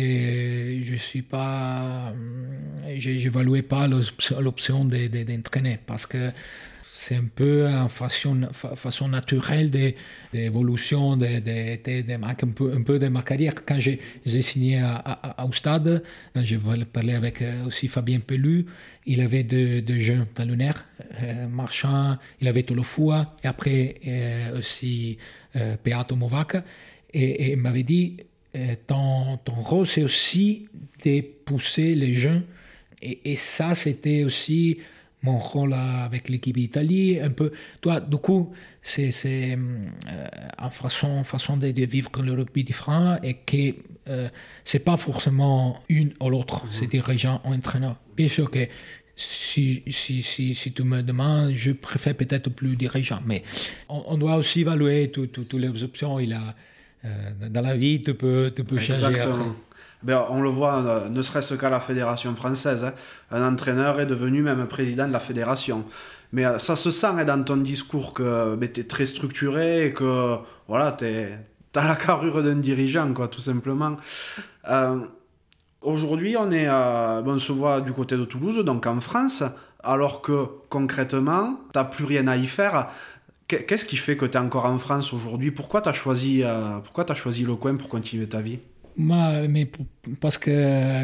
que je suis pas, je n'évaluais pas l'option, l'option de, de, d'entraîner, parce que c'est un peu en façon, façon naturelle de, d'évolution de, de, de, de, un, peu, un peu de ma carrière. Quand j'ai, j'ai signé à, à, au stade, j'ai parlé avec aussi Fabien Pellu, il avait deux de jeunes talonnaires, euh, Marchand, il avait Tolofua, et après euh, aussi euh, Beato Movaca, et, et il m'avait dit, euh, ton, ton rôle c'est aussi de pousser les jeunes, et, et ça c'était aussi mon rôle avec l'équipe d'Italie, un peu. Toi, du coup, c'est, c'est euh, une façon, façon de, de vivre le rugby différent et que euh, c'est pas forcément une ou l'autre, mmh. c'est dirigeant ou entraîneur. Bien sûr que si, si, si, si tu me demandes, je préfère peut-être plus dirigeant, mais on, on doit aussi évaluer toutes les options. Il a, euh, dans la vie, tu peux, tu peux changer après. Ben, on le voit, ne serait-ce qu'à la fédération française, hein. Un entraîneur est devenu même président de la fédération. Mais ça se sent dans ton discours que ben, tu es très structuré et que voilà, tu as la carrure d'un dirigeant, quoi, tout simplement. Euh, aujourd'hui, on, est, euh, ben, on se voit du côté de Toulouse, donc en France, alors que concrètement, tu n'as plus rien à y faire. Qu'est-ce qui fait que tu es encore en France aujourd'hui? Pourquoi tu as choisi, euh, pourquoi tu as choisi le coin pour continuer ta vie? Moi, mais parce que euh,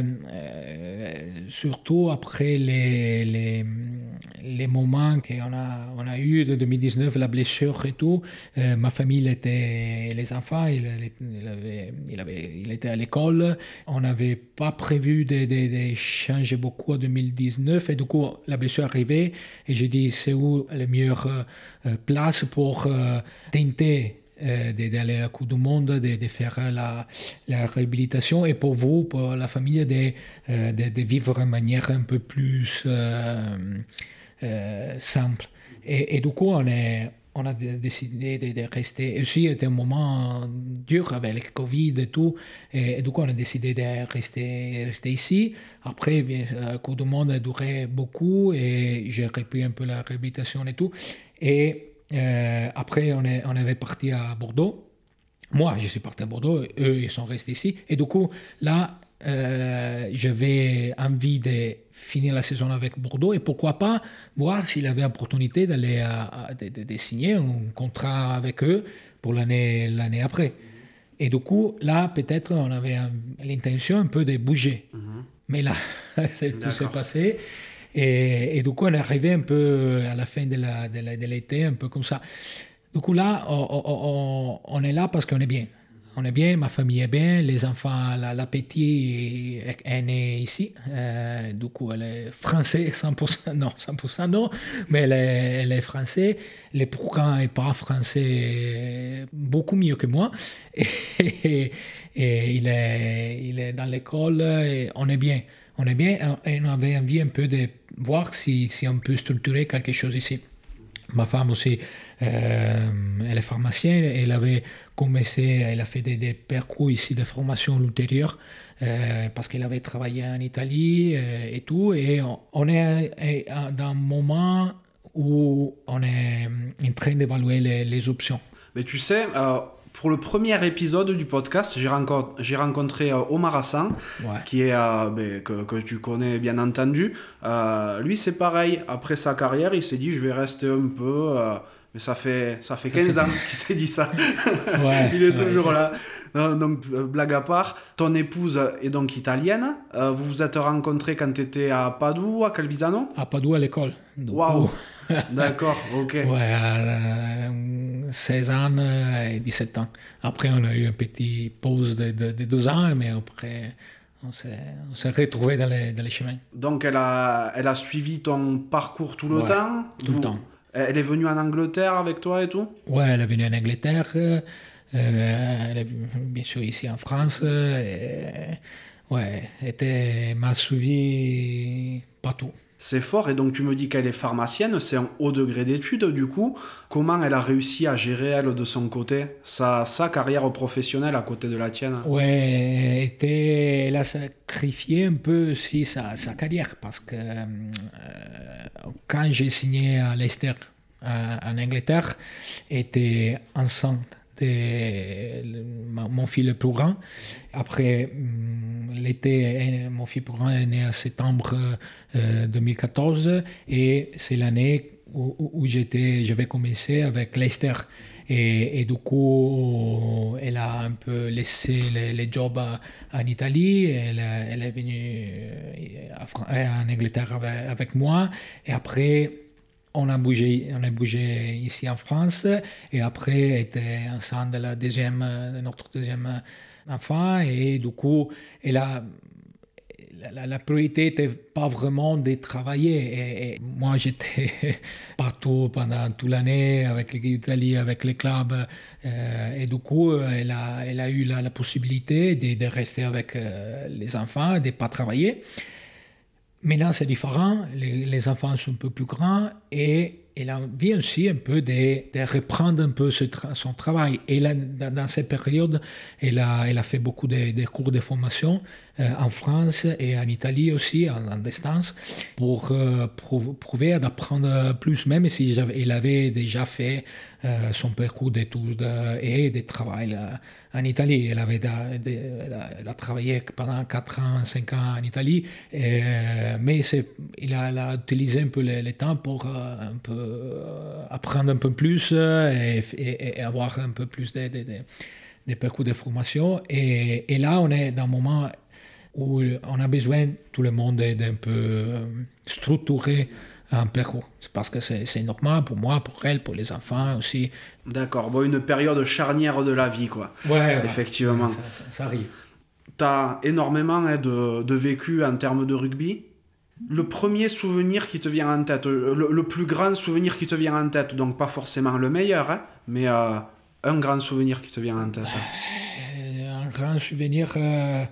surtout après les, les, les moments qu'on a, on a eu de deux mille dix-neuf, la blessure et tout, euh, ma famille était, les enfants, il, il, avait, il, avait, il était à l'école, on n'avait pas prévu de, de, de changer beaucoup en deux mille dix-neuf et du coup la blessure arrivait et j'ai dit c'est où la meilleure euh, place pour euh, tenter Euh, d'aller à la Coupe du Monde, de, de faire la, la réhabilitation et pour vous, pour la famille, de, euh, de, de vivre de manière un peu plus euh, euh, simple. Et, et du coup, on, est, on a décidé de, de rester. Et aussi, c'était un moment dur avec le Covid et tout. Et, et du coup, on a décidé de rester, rester ici. Après, bien, la Coupe du Monde a duré beaucoup et j'ai repris un peu la réhabilitation et tout. Et Euh, après, on, est, on avait parti à Bordeaux. Moi, je suis parti à Bordeaux. Eux, ils sont restés ici. Et du coup, là, euh, j'avais envie de finir la saison avec Bordeaux. Et pourquoi pas voir s'il avait l'opportunité d'aller à, à, de, de, de signer un contrat avec eux pour l'année, l'année après. Et du coup, là, peut-être, on avait un, l'intention un peu de bouger. Mm-hmm. Mais là, tout s'est passé. Et, et du coup, on est arrivé un peu à la fin de, la, de, la, de l'été, un peu comme ça. Du coup, là, on, on, on est là parce qu'on est bien. On est bien, ma famille est bien, les enfants, la, la petite est, est née ici. Euh, du coup, elle est française, cent pour cent, non, cent pour cent non, mais elle est, elle est française. Les programmes n'est pas français, beaucoup mieux que moi. Et, et, et il, est, il est dans l'école et on est bien. On est bien et on avait envie un peu de voir si, si on peut structurer quelque chose ici. Ma femme aussi, euh, elle est pharmacienne, elle avait commencé, elle a fait des, des parcours ici de formation ultérieure euh, parce qu'elle avait travaillé en Italie euh, et tout. Et on, on est, est dans un moment où on est en train d'évaluer les, les options. Mais tu sais, euh, pour le premier épisode du podcast, j'ai, renco- j'ai rencontré euh, Omar Hassan, Ouais. qui est, euh, ben, que, que tu connais bien entendu. Euh, lui, c'est pareil. Après sa carrière, il s'est dit, je vais rester un peu... Euh, mais ça fait, ça fait ça quinze fait... ans qu'il s'est dit ça. Ouais, il est ouais, toujours là. Euh, donc, euh, blague à part, ton épouse est donc italienne. Euh, vous vous êtes rencontrés quand tu étais à Padoue, à Calvisano ? À Padoue, à l'école. Waouh. D'accord, ok. Ouais, à seize ans et dix-sept ans. Après, on a eu une petite pause de, de, de deux ans, mais après, on s'est, on s'est retrouvés dans les, dans les chemins. Donc, elle a, elle a suivi ton parcours tout le ouais, temps ? Tout Vous, le temps. Elle est venue en Angleterre avec toi et tout ? Ouais, elle est venue en Angleterre. Euh, elle est bien sûr ici en France. Et, ouais, elle était, m'a suivi partout. C'est fort, et donc tu me dis qu'elle est pharmacienne, c'est un haut degré d'études du coup. Comment elle a réussi à gérer, elle, de son côté, sa, sa carrière professionnelle à côté de la tienne ? Ouais, était, elle a sacrifié un peu aussi sa, sa carrière, parce que euh, quand j'ai signé à Leicester, euh, en Angleterre, était enceinte de mon fils le plus grand. Après l'été, mon fils le plus grand est né en septembre euh, deux mille quatorze, et c'est l'année où, où j'étais, j'avais commencé avec Leicester. Et, et du coup, elle a un peu laissé les, les jobs en Italie. Elle, elle est venue en Angleterre avec, avec moi. Et après, on a bougé, on a bougé ici en France. Et après, elle était enceinte de, la deuxième, de notre deuxième enfant. Et du coup, elle a... La, la priorité n'était pas vraiment de travailler. Et, et moi, j'étais partout pendant toute l'année avec l'équipe d'Italie, avec les clubs. Euh, et du coup, elle a, elle a eu la, la possibilité de, de rester avec euh, les enfants, de ne pas travailler. Maintenant, c'est différent. Les, les enfants sont un peu plus grands et elle a envie aussi un peu de, de reprendre un peu ce tra- son travail. Et là, dans, dans cette période, elle a, elle a fait beaucoup de, de cours de formation euh, en France et en Italie aussi, en, en distance, pour euh, prou- prouver d'apprendre plus, même si elle avait déjà fait euh, son parcours d'études et de travail là, en Italie. Elle, avait da, de, elle, a, elle a travaillé pendant quatre ans, cinq ans en Italie, et, mais c'est, il a, elle a utilisé un peu le, le temps pour euh, un peu euh, apprendre un peu plus et, et, et avoir un peu plus de, de, de, de parcours de formation. Et, et là, on est dans un moment où on a besoin, tout le monde, d'un peu euh, structurer un parcours. C'est parce que c'est, c'est normal pour moi, pour elle, pour les enfants aussi. D'accord, bon, une période charnière de la vie, quoi. Ouais, ouais. Effectivement. Ça, ça, ça arrive. Tu as énormément hein, de, de vécu en termes de rugby. Le premier souvenir qui te vient en tête, le, le plus grand souvenir qui te vient en tête, donc pas forcément le meilleur, hein, mais euh, un grand souvenir qui te vient en tête. Euh, un grand souvenir... Euh...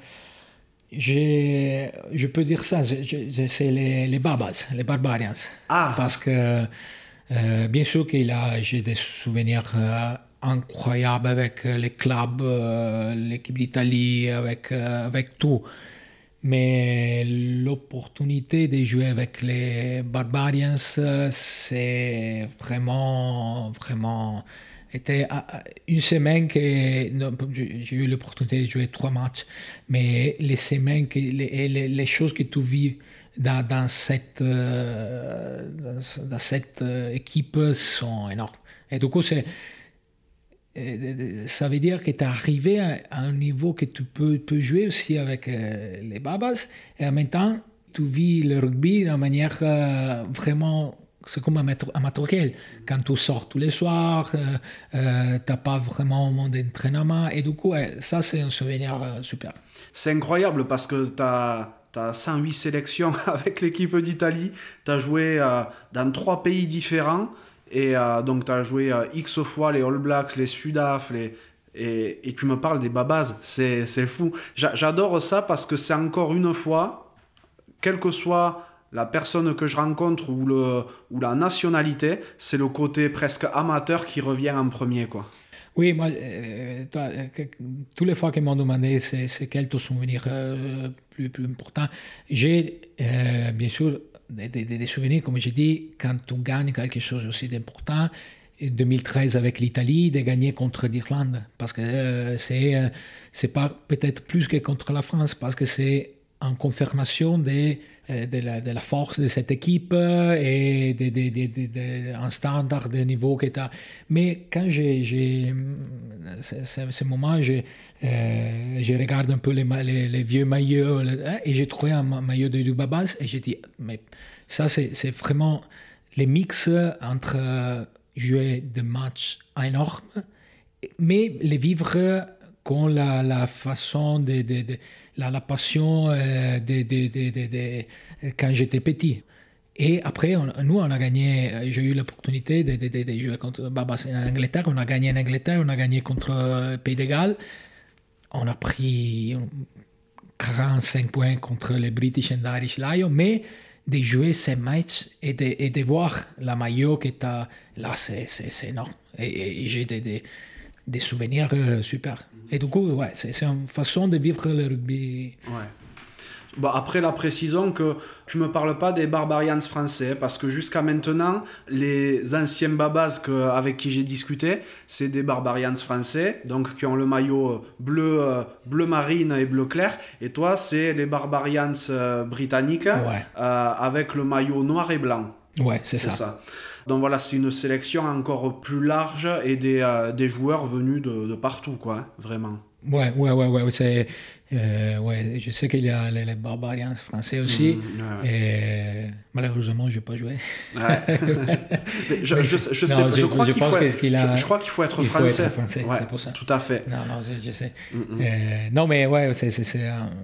J'ai, je peux dire ça, je, je, c'est les, les Babas, les Barbarians. Ah. Parce que, euh, bien sûr qu'il a, j'ai des souvenirs euh, incroyables avec les clubs, euh, l'équipe d'Italie, avec, euh, avec tout. Mais l'opportunité de jouer avec les Barbarians, c'est vraiment, vraiment... C'était une semaine que j'ai eu l'opportunité de jouer trois matchs, mais les semaines, que, les, les, les choses que tu vis dans, dans cette, euh, dans, dans cette équipe sont énormes. Et du coup, c'est, ça veut dire que tu es arrivé à un niveau que tu peux, peux jouer aussi avec les Babas, et en même temps, tu vis le rugby d'une manière vraiment... C'est comme un amatoriel. Quand tu sors tous les soirs, euh, euh, tu n'as pas vraiment d'entraînement. Et du coup, ouais, ça, c'est un souvenir euh, super. C'est incroyable parce que tu as cent huit sélections avec l'équipe d'Italie. Tu as joué euh, dans trois pays différents. Et euh, donc, tu as joué euh, X fois les All Blacks, les Sudaf, les... Et, et tu me parles des Babas. C'est, c'est fou. J'a, j'adore ça parce que c'est encore une fois, quel que soit... la personne que je rencontre ou, le, ou la nationalité, c'est le côté presque amateur qui revient en premier, quoi. Oui, moi, euh, toi, euh, toutes les fois qu'ils m'ont demandé c'est, c'est quel ton souvenir euh, plus, plus important, j'ai euh, bien sûr des, des, des souvenirs, comme j'ai dit, quand tu gagnes quelque chose aussi d'important. deux mille treize avec l'Italie, de gagner contre l'Irlande, parce que euh, c'est, euh, c'est pas peut-être plus que contre la France, parce que c'est en confirmation de, de, la, de la force de cette équipe et de, de, de, de, de, un standard de niveau que tu as. Mais quand j'ai, j'ai ce moment, j'ai, euh, je regarde un peu les, les, les vieux maillots hein, et j'ai trouvé un maillot de Dubabas et j'ai dit, mais ça, c'est, c'est vraiment les mix entre jouer des matchs énormes, mais les vivre con la, la façon de, de, de la, la passion euh, de, de, de, de, de, quand j'étais petit. Et après, on, nous, on a gagné, j'ai eu l'opportunité de, de, de, de jouer contre Babas en Angleterre, on a gagné en Angleterre, on a gagné contre Pays de Galles, on a pris quarante-cinq points contre les British and Irish Lions, mais de jouer ces matchs et de, et de voir la maillot que tu as, là, c'est, c'est, c'est énorme. Et, et j'ai des, des, des souvenirs euh, super. Et du coup, ouais, c'est, c'est une façon de vivre le rugby. Ouais. Bon, après, la précision que tu ne me parles pas des Barbarians français, parce que jusqu'à maintenant, les anciens Babas que, avec qui j'ai discuté, c'est des Barbarians français, donc qui ont le maillot bleu, euh, bleu marine et bleu clair, et toi, c'est les Barbarians euh, britanniques, ouais. euh, avec le maillot noir et blanc. Ouais, c'est, c'est ça. ça. Donc voilà, c'est une sélection encore plus large et des, euh, des joueurs venus de, de partout, quoi, hein, vraiment. Ouais, ouais, ouais, ouais, c'est, euh, ouais, je sais qu'il y a les, les Barbarians français aussi, mmh, ouais, ouais. Et malheureusement, je n'ai pas joué. Ouais. je, je, je, je, sais, je, je, crois qu'il faut être, qu'il a, je, je crois qu'il faut être français. Faut être français, ouais, c'est pour ça. Tout à fait. Non, non, je, je sais. Mmh, euh, non, mais ouais, c'est, c'est, c'est un,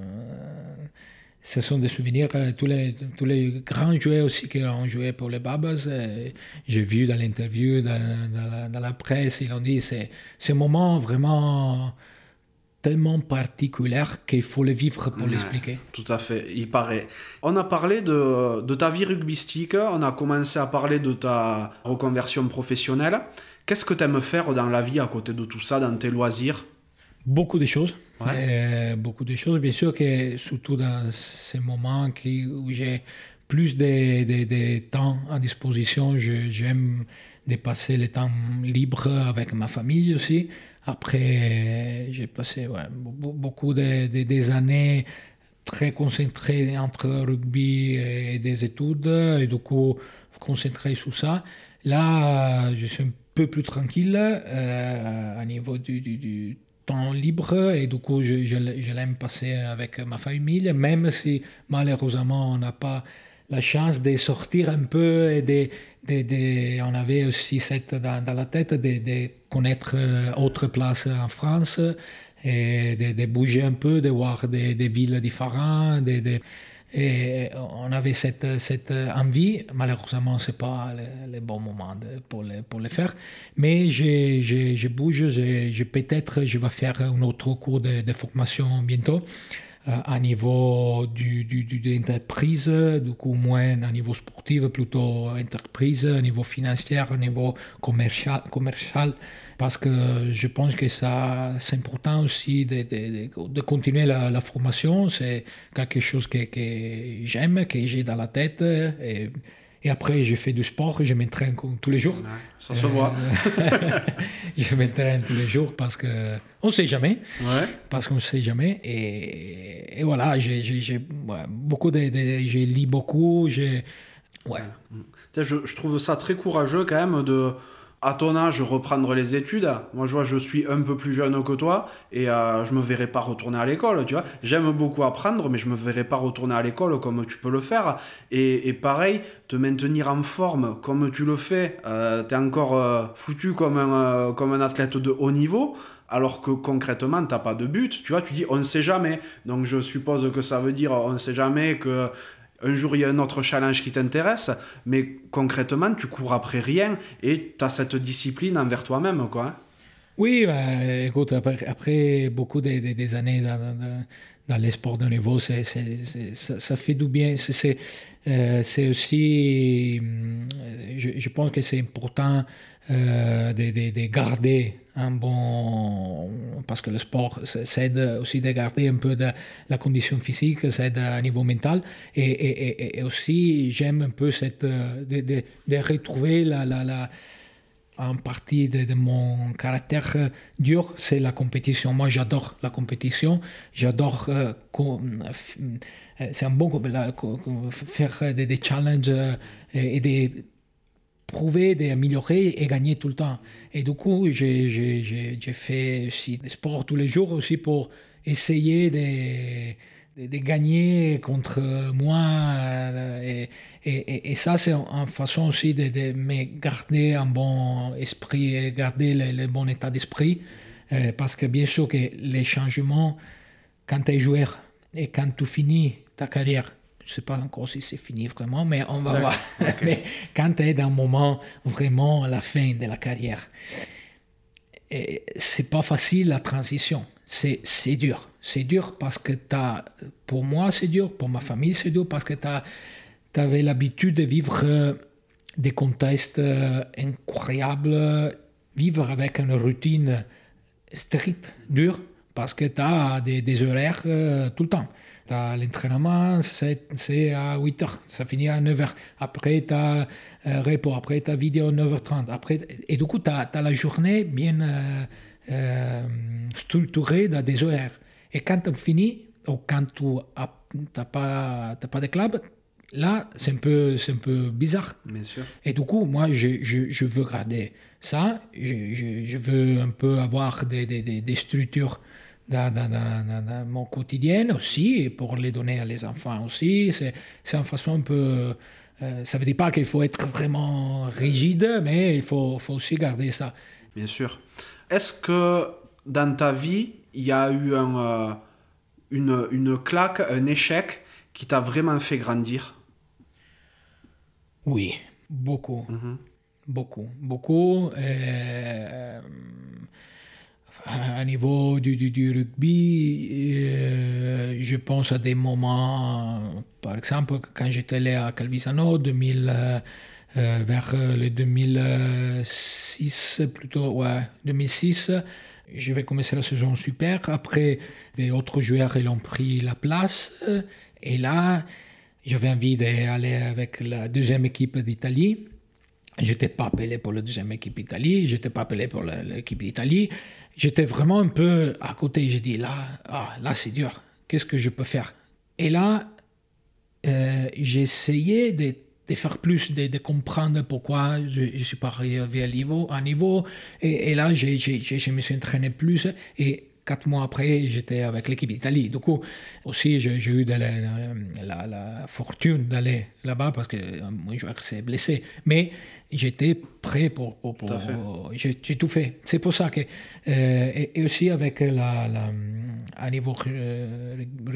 ce sont des souvenirs. Tous les, tous les grands joueurs aussi qui ont joué pour les Babas, euh, j'ai vu dans l'interview, dans, dans, la, dans la presse, ils ont dit c'est, c'est un moment vraiment tellement particulier qu'il faut le vivre pour ouais, l'expliquer. Tout à fait, il paraît. On a parlé de, de ta vie rugbystique, on a commencé à parler de ta reconversion professionnelle. Qu'est-ce que tu aimes faire dans la vie à côté de tout ça, dans tes loisirs ? Beaucoup de choses. Ouais. Euh, beaucoup de choses. Bien sûr que surtout dans ces moments qui, où j'ai plus de, de, de temps à disposition, je, j'aime de passer le temps libre avec ma famille aussi. Après, j'ai passé ouais, beaucoup de, de, des années très concentrées entre rugby et des études, et du coup, concentré sur ça. Là, je suis un peu plus tranquille euh, à niveau du, du, du temps libre, et du coup, je, je, je l'aime passer avec ma famille, même si malheureusement, on n'a pas la chance de sortir un peu et de, de, de, on avait aussi cette dans, dans la tête de, de connaître autre place en France et de, de bouger un peu, de voir des, des villes différentes. De, de, et on avait cette, cette envie. Malheureusement, ce n'est pas le, le bon moment de, pour, le, pour le faire. Mais je, je, je bouge. Je, je, peut-être je vais faire un autre cours de, de formation bientôt. À niveau du, du, du, de l'entreprise, du coup moins à niveau sportif, plutôt entreprise, à niveau financier, à niveau commercial, commercial, parce que je pense que ça, c'est important aussi de, de, de continuer la, la formation. C'est quelque chose que, que j'aime, que j'ai dans la tête. Et, et après, je fais du sport, je m'entraîne tous les jours. Ouais, ça se euh, voit. Je m'entraîne tous les jours parce qu'on ne sait jamais. Ouais. Parce qu'on ne sait jamais. Et, et voilà, j'ai, j'ai, j'ai ouais, beaucoup de, de, j'ai lu beaucoup. J'ai, ouais. Je, je trouve ça très courageux quand même de, à ton âge, reprendre les études. Moi, je vois, je suis un peu plus jeune que toi et euh, je ne me verrai pas retourner à l'école, tu vois. J'aime beaucoup apprendre, mais je ne me verrai pas retourner à l'école comme tu peux le faire. Et, et pareil, te maintenir en forme comme tu le fais. Euh, tu es encore euh, foutu comme un, euh, comme un athlète de haut niveau, alors que concrètement, tu n'as pas de but. Tu vois, tu dis, on ne sait jamais. Donc, je suppose que ça veut dire, on ne sait jamais que... Un jour, il y a un autre challenge qui t'intéresse, mais concrètement, tu cours après rien et tu as cette discipline envers toi-même, quoi. Oui, bah, écoute, après, après beaucoup de, de, des années dans, dans, dans les sports de haut niveau, c'est, c'est, c'est, ça, ça fait du bien. C'est, c'est, euh, c'est aussi, je, je pense que c'est important euh, de, de, de garder un bon, parce que le sport, ça aide aussi de garder un peu de la condition physique, ça aide à niveau mental, et, et, et aussi j'aime un peu cette, de, de, de retrouver la, la, la en partie de, de mon caractère dur, c'est la compétition. Moi, j'adore la compétition. J'adore euh, c'est un bon la, faire des, des challenges et, et des prouver, d'améliorer et gagner tout le temps. Et du coup, j'ai, j'ai, j'ai, j'ai fait aussi des sports tous les jours aussi pour essayer de, de, de gagner contre moi. Et, et, et ça, c'est une façon aussi de, de me garder un bon esprit et garder le, le bon état d'esprit. Euh, parce que bien sûr que les changements, quand tu es joueur et quand tu finis ta carrière, je ne sais pas encore si c'est fini vraiment, mais on va voir. Okay. Mais quand tu es dans un moment vraiment à la fin de la carrière, et c'est pas facile la transition. C'est, c'est dur. C'est dur parce que t'as, pour moi, c'est dur. Pour ma famille, c'est dur parce que tu avais l'habitude de vivre des contextes incroyables, vivre avec une routine stricte, dure, parce que tu as des, des horaires euh, tout le temps. T'as l'entraînement, c'est, c'est à huit heures, ça finit à neuf heures. Après, tu as euh, repos, après, tu as vidéo neuf heures trente. Après, et du coup, tu as la journée bien euh, euh, structurée dans des horaires. Et quand tu finis, ou quand tu n'as pas, pas de club, là, c'est un peu, c'est un peu bizarre. Bien sûr. Et du coup, moi, je, je, je veux garder ça. Je, je, je veux un peu avoir des, des, des, des structures Dans, dans, dans, dans mon quotidien aussi, et pour les donner à les enfants aussi. C'est, c'est une façon un peu... Euh, ça ne veut dire pas qu'il faut être vraiment rigide, mais il faut, faut aussi garder ça. Bien sûr. Est-ce que dans ta vie, il y a eu un, euh, une, une claque, un échec qui t'a vraiment fait grandir? Oui, beaucoup. Mm-hmm. Beaucoup, beaucoup. Euh, À niveau du, du, du rugby, euh, je pense à des moments, par exemple, quand j'étais allé à Calvisano, deux mille, euh, vers le deux mille six, plutôt, ouais, deux mille six, je vais commencer la saison super. Après, les autres joueurs ils ont pris la place. Et là, j'avais envie d'aller avec la deuxième équipe d'Italie. Je n'étais pas appelé pour la deuxième équipe d'Italie, je n'étais pas appelé pour la, l'équipe d'Italie. J'étais vraiment un peu à côté. J'ai dit, là, ah, là c'est dur. Qu'est-ce que je peux faire? Et là, euh, j'ai essayé de, de faire plus, de, de comprendre pourquoi je ne suis pas arrivé à niveau. À niveau et, et là, j'ai, j'ai, je me suis entraîné plus. Et quatre mois après, j'étais avec l'équipe d'Italie. Du coup, aussi, j'ai, j'ai eu de la, la, la fortune d'aller là-bas parce que mon joueur s'est blessé. Mais j'étais prêt pour... pour, pour, pour j'ai, j'ai tout fait. C'est pour ça que... Euh, et, et aussi avec la, la, à niveau euh,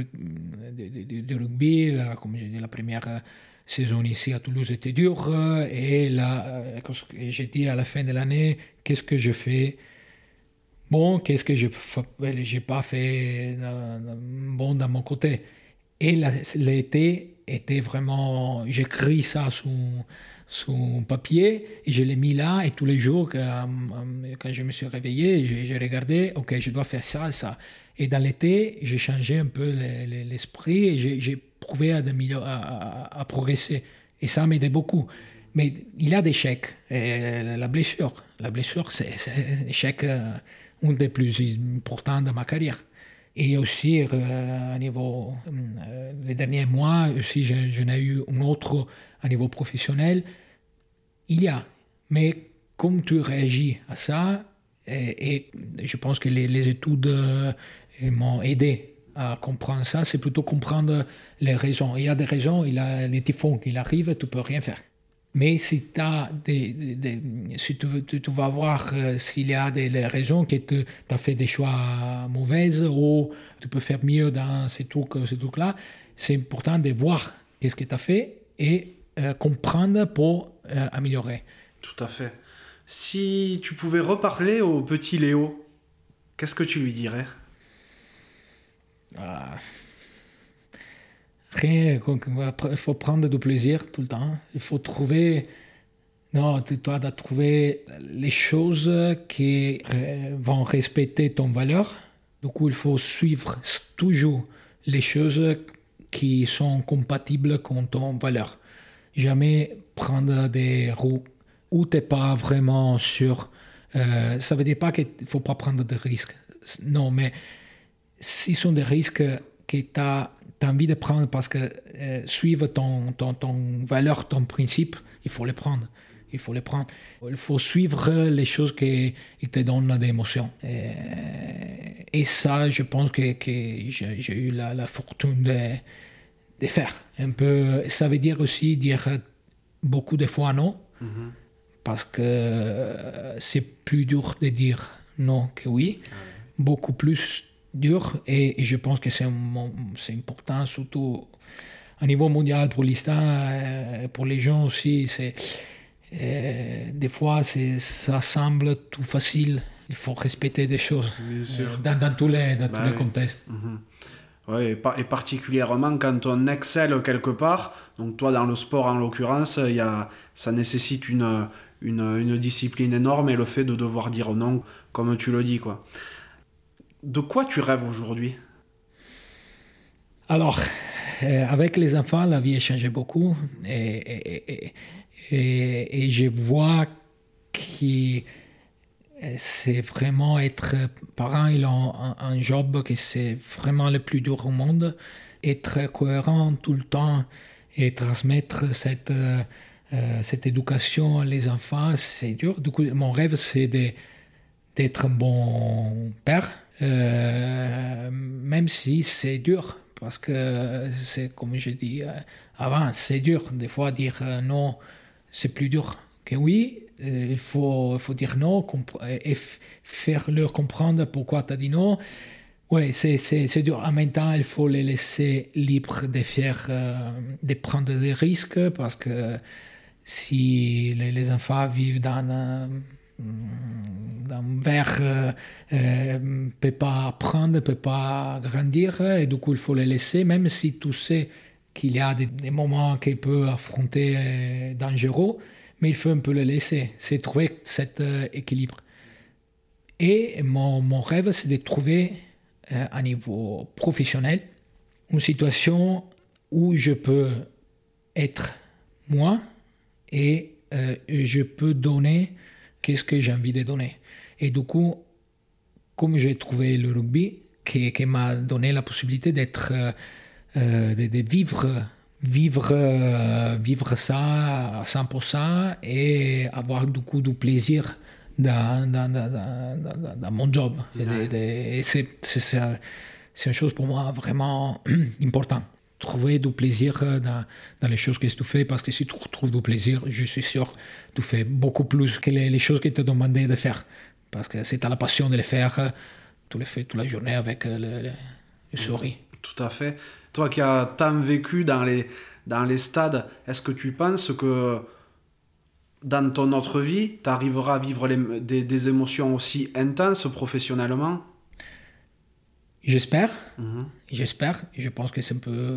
de rugby, la, comme j'ai dit, la première saison ici à Toulouse était dure. Et là, j'ai dit à la fin de l'année, qu'est-ce que je fais? Bon, qu'est-ce que je n'ai pas fait bon dans mon côté? Et la, l'été était vraiment... J'écris ça sous, sous papier et je l'ai mis là. Et tous les jours, quand, quand je me suis réveillé, j'ai, j'ai regardé, OK, je dois faire ça, ça. Et dans l'été, j'ai changé un peu l'esprit et j'ai, j'ai prouvé à, à, à, à progresser. Et ça m'aidait beaucoup. Mais il y a des échecs. Et la blessure, la blessure, c'est, c'est un échec... Euh, un des plus importants de ma carrière. Et aussi, euh, à niveau, euh, les derniers mois, aussi, je, je n'ai eu un autre à niveau professionnel. Il y a. Mais comme tu réagis à ça, et, et je pense que les, les études euh, m'ont aidé à comprendre ça, c'est plutôt comprendre les raisons. Il y a des raisons, il y a les typhons qui arrivent, tu ne peux rien faire. Mais si, t'as des, des, des, si tu, tu, tu vas voir euh, s'il y a des, des raisons que tu as fait des choix mauvaises ou tu peux faire mieux dans ces trucs, ces trucs-là, c'est important de voir qu'est-ce que tu as fait et euh, comprendre pour euh, améliorer. Tout à fait. Si tu pouvais reparler au petit Léo, qu'est-ce que tu lui dirais? Ah, rien, il faut prendre du plaisir tout le temps. Il faut trouver, non, tu dois trouver les choses qui euh, vont respecter ton valeur. Du coup, il faut suivre toujours les choses qui sont compatibles avec ton valeur. Jamais prendre des roues où tu n'es pas vraiment sûr. Euh, ça ne veut dire pas qu'il ne faut pas prendre de risques. Non, mais si ce sont des risques que tu as envie de prendre parce que euh, suivre ton, ton, ton valeur, ton principe, il faut les prendre. Il faut les prendre. Il faut suivre les choses qui, qui te donnent des émotions. Et, et ça, je pense que, que j'ai, j'ai eu la, la fortune de, de faire. Un peu, ça veut dire aussi dire beaucoup de fois non, mm-hmm. parce que c'est plus dur de dire non que oui. Ah ouais. Beaucoup plus dur. Et, et je pense que c'est, c'est important, surtout au niveau mondial pour l'instant, pour les gens aussi. C'est... Et des fois, c'est, ça semble tout facile. Il faut respecter des choses euh, dans, dans tous les, dans bah tous oui. les contextes. Mm-hmm. Ouais, et, par, et particulièrement quand on excelle quelque part. Donc toi, dans le sport en l'occurrence, y a, ça nécessite une, une, une discipline énorme et le fait de devoir dire non, comme tu le dis, quoi. De quoi tu rêves aujourd'hui ? Alors, euh, avec les enfants, la vie a changé beaucoup. Et... et, et Et, et je vois que c'est vraiment être parent, ils ont un, un job que c'est vraiment le plus dur au monde. Être cohérent tout le temps et transmettre cette, euh, cette éducation aux enfants, c'est dur. Du coup, mon rêve, c'est de, d'être un bon père, euh, même si c'est dur. Parce que c'est comme je dis avant, c'est dur. Des fois, dire non, c'est plus dur que oui. Il faut, il faut dire non comp- et f- faire leur comprendre pourquoi tu as dit non. Oui, c'est, c'est, c'est dur. En même temps, il faut les laisser libres de, faire, euh, de prendre des risques parce que si les, les enfants vivent dans un, dans un verre, euh, euh, peut pas apprendre, ne peut pas grandir et du coup, il faut les laisser, même si tu sais qu'il y a des, des moments qu'il peut affronter euh, dangereux, mais il faut un peu le laisser. C'est trouver cet euh, équilibre. Et mon, mon rêve, c'est de trouver, euh, à niveau professionnel, une situation où je peux être moi et euh, je peux donner qu'est-ce que j'ai envie de donner. Et du coup, comme j'ai trouvé le rugby, qui, qui m'a donné la possibilité d'être... Euh, Euh, de, de vivre, vivre, euh, vivre ça à cent pour cent et avoir du coup du plaisir dans, dans, dans, dans, dans mon job. Ouais. Et, de, et c'est, c'est, c'est une chose pour moi vraiment importante. Trouver du plaisir dans, dans les choses que tu fais, parce que si tu trouves du plaisir, je suis sûr que tu fais beaucoup plus que les, les choses que tu as demandé de faire. Parce que si tu as la passion de les faire, tu les fais toute la journée avec le, le, le sourire. Tout à fait. Toi qui as tant vécu dans les, dans les stades, est-ce que tu penses que dans ton autre vie, tu arriveras à vivre les, des, des émotions aussi intenses professionnellement ? J'espère. Mm-hmm. J'espère. Je pense que c'est un peu...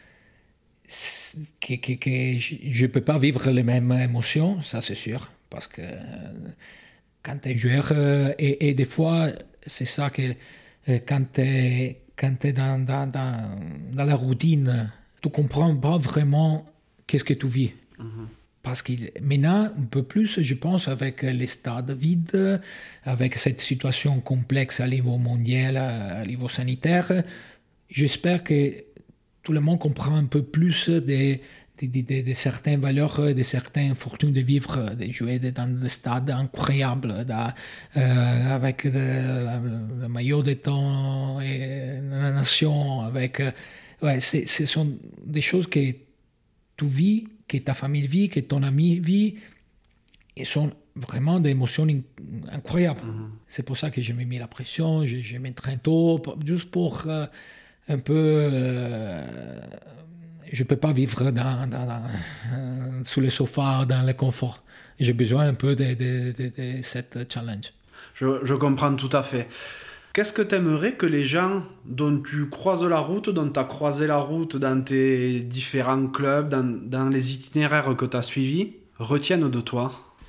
Que, que, que je ne peux pas vivre les mêmes émotions, ça c'est sûr. Parce que quand tu es joueur, et, et des fois, c'est ça que quand tu es... Quand tu es dans, dans, dans, dans la routine, tu ne comprends pas vraiment qu'est-ce que tu vis. Mm-hmm. Parce que maintenant, un peu plus, je pense, avec les stades vides, avec cette situation complexe à niveau mondial, à niveau sanitaire, j'espère que tout le monde comprend un peu plus des, de, de, de, de certaines valeurs, de certaines fortunes de vivre, de jouer dans des stades incroyables, de, euh, avec le, le maillot de ton et la nation, avec, ouais, c'est, ce sont des choses que tu vis, que ta famille vit, que ton ami vit, et sont vraiment des émotions incroyables. Mm-hmm. C'est pour ça que je me mis la pression, je, je m'entraîne tôt, juste pour euh, un peu... Euh, je ne peux pas vivre dans, dans, dans, euh, sous le sofa, dans le confort. J'ai besoin un peu de, de, de, de cette challenge. Je, je comprends tout à fait. Qu'est-ce que tu aimerais que les gens dont tu croises la route, dont tu as croisé la route dans tes différents clubs, dans, dans les itinéraires que tu as suivis, retiennent de toi?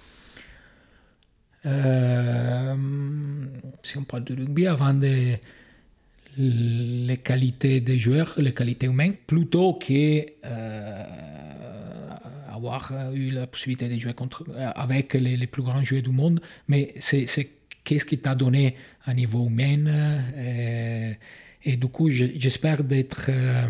euh, Si on parle de rugby, avant de, les qualités des joueurs, les qualités humaines, plutôt que euh, avoir eu la possibilité de jouer contre, avec les, les plus grands joueurs du monde, mais c'est, c'est qu'est-ce qui t'a donné à niveau humain. Euh, et du coup, j'espère d'être euh,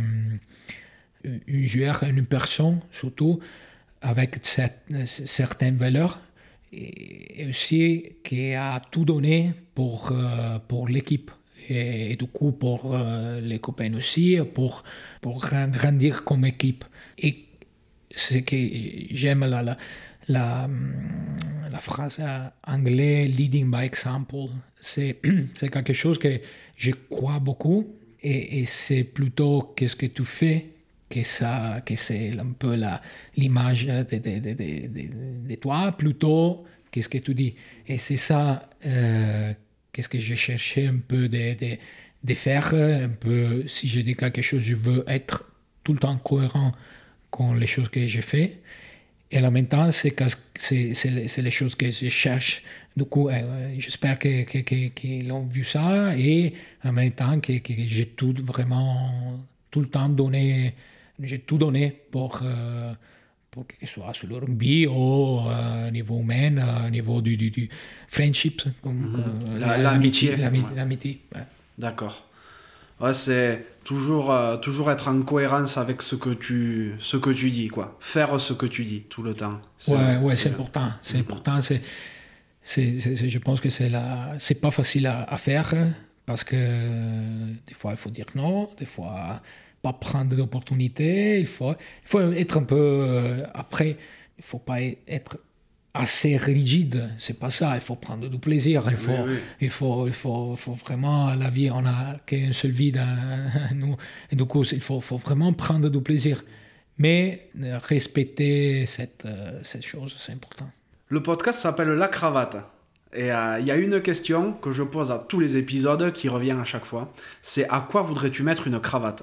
un joueur, une personne, surtout, avec cette, certaines valeurs, et aussi qui a tout donné pour, euh, pour l'équipe. Et, et du coup, pour euh, les copains aussi, pour, pour grandir comme équipe. Et ce que j'aime, la, la, la, la phrase anglaise « leading by example », c'est, c'est quelque chose que je crois beaucoup. Et, et c'est plutôt qu'est-ce que tu fais que, ça, que c'est un peu la, l'image de, de, de, de, de, de toi, plutôt qu'est-ce que tu dis. Et c'est ça euh, qu'est-ce que j'ai cherché un peu de, de, de faire. Un peu, si je dis quelque chose, je veux être tout le temps cohérent avec les choses que j'ai fait. Et en même temps, c'est, c'est, c'est, c'est les choses que je cherche. Du coup, euh, j'espère que, que, que, qu'ils ont vu ça. Et en même temps, que, que j'ai tout vraiment, tout le temps donné, j'ai tout donné pour, euh, pour que ce soit sur le rugby ou au euh, niveau humain, au niveau du, du, du friendship, comme, mmh. euh, la, l'amitié. L'amitié. Ouais. l'amitié ouais. D'accord. Ouais, c'est toujours, euh, toujours être en cohérence avec ce que, tu, ce que tu dis, quoi. Faire ce que tu dis tout le temps. C'est, ouais, ouais, c'est, c'est important. C'est mmh. important. C'est, c'est, c'est, je pense que c'est, la, c'est pas facile à, à faire parce que euh, des fois, il faut dire non, des fois, pas prendre d'opportunités. Il faut, il faut être un peu... Euh, après, il faut pas être assez rigide, c'est pas ça, il faut prendre du plaisir, il faut, oui, oui. il faut, il faut, il faut vraiment, la vie, on a qu'une seule vie dans nous, et du coup, il faut, faut vraiment prendre du plaisir, mais respecter cette, cette chose, c'est important. Le podcast s'appelle La Cravate, et il euh, y a une question que je pose à tous les épisodes qui revient à chaque fois, c'est à quoi voudrais-tu mettre une cravate?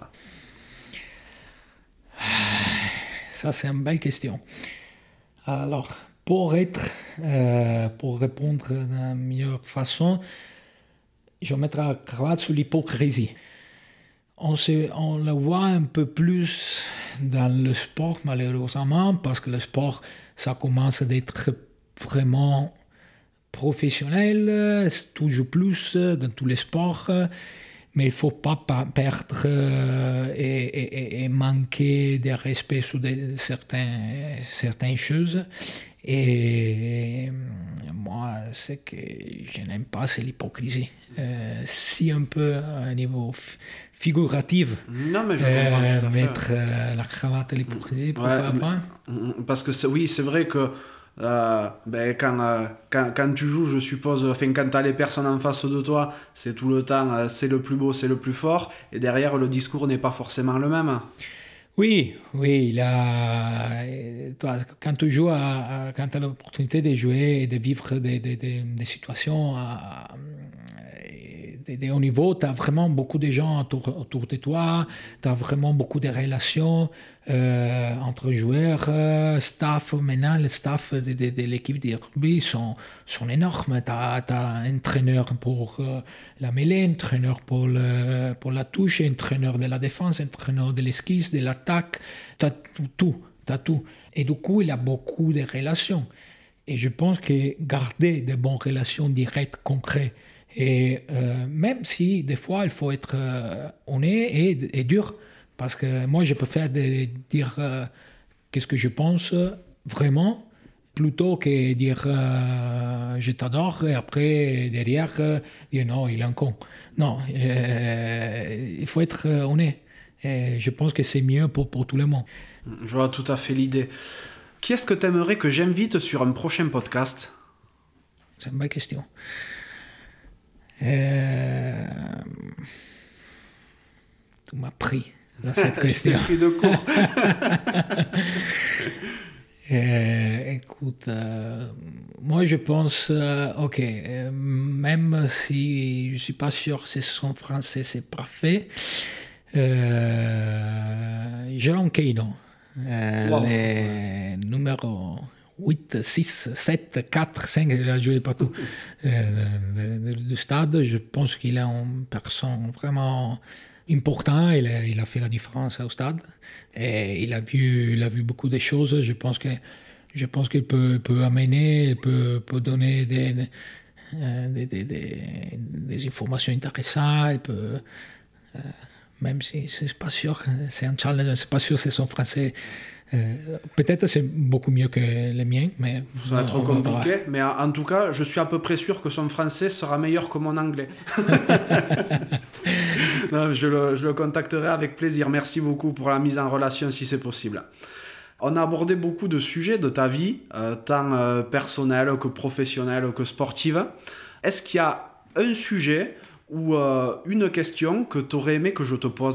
Ça, c'est une belle question. Alors, Pour être, euh, pour répondre de la meilleure façon, je vais mettre la cravate sur l'hypocrisie. On, se, on le voit un peu plus dans le sport, malheureusement, parce que le sport, ça commence d'être vraiment professionnel, toujours plus dans tous les sports, mais il ne faut pas perdre euh, et, et, et manquer de respect sur des, certains, certaines choses. Et moi, ce que je n'aime pas, c'est l'hypocrisie. Euh, si un peu à un niveau f- figuratif, non, mais je euh, tout à mettre euh, la cravate à l'hypocrisie, pourquoi ouais, pas? Parce que c'est, oui, c'est vrai que euh, ben, quand, euh, quand, quand tu joues, je suppose, enfin, quand tu as les personnes en face de toi, c'est tout le temps, euh, c'est le plus beau, c'est le plus fort, et derrière, le discours n'est pas forcément le même. Oui, oui, là, toi, quand tu joues, à, à, quand tu as l'opportunité de jouer et de vivre des, des, des, des situations à, à, de, de haut niveau, tu as vraiment beaucoup de gens autour, autour de toi, tu as vraiment beaucoup de relations euh, entre joueurs, euh, staff. Maintenant, le staff de, de, de l'équipe de rugby sont, sont énormes. Tu as un entraîneur pour euh, la mêlée, un entraîneur pour, le, pour la touche, un entraîneur de la défense, un entraîneur de l'esquisse, de l'attaque. Tu as tout, tu as tout. Et du coup, il y a beaucoup de relations. Et je pense que garder de bonnes relations directes, concrètes, et euh, même si des fois il faut être euh, honnête et, et dur, parce que moi je préfère de, dire euh, qu'est-ce que je pense vraiment, plutôt que dire euh, je t'adore et après derrière euh, dire non, il est un con. Non, euh, il faut être honnête. Et je pense que c'est mieux pour, pour tout le monde. Je vois tout à fait l'idée. Qui est-ce que tu aimerais que j'invite sur un prochain podcast? C'est une bonne question. Euh... Tu m'as pris dans cette question. Je t'ai pris de court. euh, écoute, euh... moi, je pense, euh, ok, euh, même si je ne suis pas sûr si son français c'est parfait, euh, Jérôme Keino, euh, Wow. les numéros huit, six, sept, quatre, cinq, il a joué partout euh, du stade. Je pense qu'il est une personne vraiment importante. Il a, il a fait la différence au stade et il a vu, il a vu beaucoup de choses. Je pense que Je pense qu'il peut, peut amener, il peut, peut donner des, des, des, des, des informations intéressantes. Il peut, euh, même si c'est pas sûr, c'est un challenge, c'est pas sûr c'est son français. Euh, peut-être c'est beaucoup mieux que le mien, mais ça va être compliqué. Mais en tout cas, je suis à peu près sûr que son français sera meilleur que mon anglais. Non, je, le, je le contacterai avec plaisir. Merci beaucoup pour la mise en relation si c'est possible. On a abordé beaucoup de sujets de ta vie, euh, tant euh, personnelle que professionnelle que sportive. Est-ce qu'il y a un sujet ou euh, une question que tu aurais aimé que je te pose ?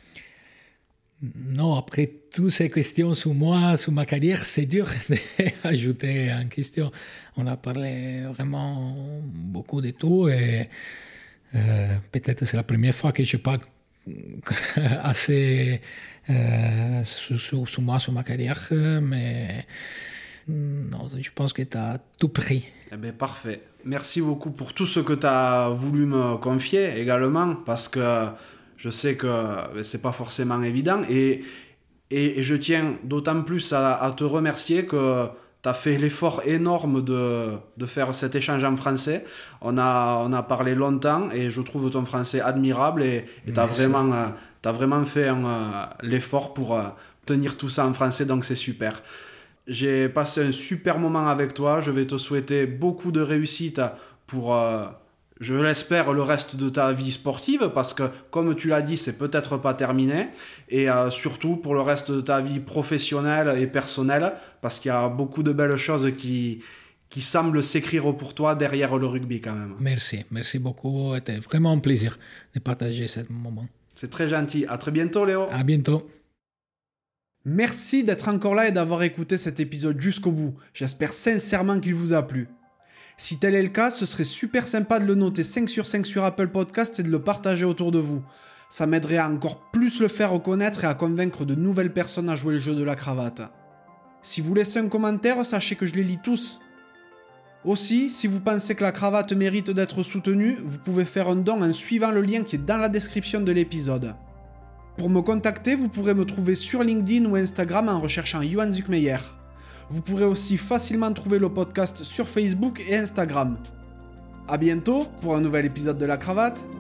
Non, après toutes ces questions sur moi, sur ma carrière, c'est dur d'ajouter une question. On a parlé vraiment beaucoup de tout et euh, peut-être c'est la première fois que je parle assez euh, sur, sur, sur moi, sur ma carrière, mais non, je pense que tu as tout pris. Eh bien, parfait. Merci beaucoup pour tout ce que tu as voulu me confier également, parce que je sais que c'est pas forcément évident et, et, et je tiens d'autant plus à, à te remercier que tu as fait l'effort énorme de, de faire cet échange en français. On a, on a parlé longtemps et je trouve ton français admirable et tu as vraiment, euh, t'as vraiment fait un, euh, l'effort pour euh, tenir tout ça en français, donc c'est super. J'ai passé un super moment avec toi. Je vais te souhaiter beaucoup de réussite pour... Euh, je l'espère, le reste de ta vie sportive, parce que, comme tu l'as dit, c'est peut-être pas terminé. Et euh, surtout pour le reste de ta vie professionnelle et personnelle, parce qu'il y a beaucoup de belles choses qui, qui semblent s'écrire pour toi derrière le rugby quand même. Merci, merci beaucoup. C'était vraiment un plaisir de partager ce moment. C'est très gentil. À très bientôt, Léo. À bientôt. Merci d'être encore là et d'avoir écouté cet épisode jusqu'au bout. J'espère sincèrement qu'il vous a plu. Si tel est le cas, ce serait super sympa de le noter cinq sur cinq sur Apple Podcast et de le partager autour de vous. Ça m'aiderait à encore plus le faire reconnaître et à convaincre de nouvelles personnes à jouer le jeu de la cravate. Si vous laissez un commentaire, sachez que je les lis tous. Aussi, si vous pensez que la cravate mérite d'être soutenue, vous pouvez faire un don en suivant le lien qui est dans la description de l'épisode. Pour me contacter, vous pourrez me trouver sur LinkedIn ou Instagram en recherchant Johan Zuckmeyer. Vous pourrez aussi facilement trouver le podcast sur Facebook et Instagram. A bientôt pour un nouvel épisode de La Cravate.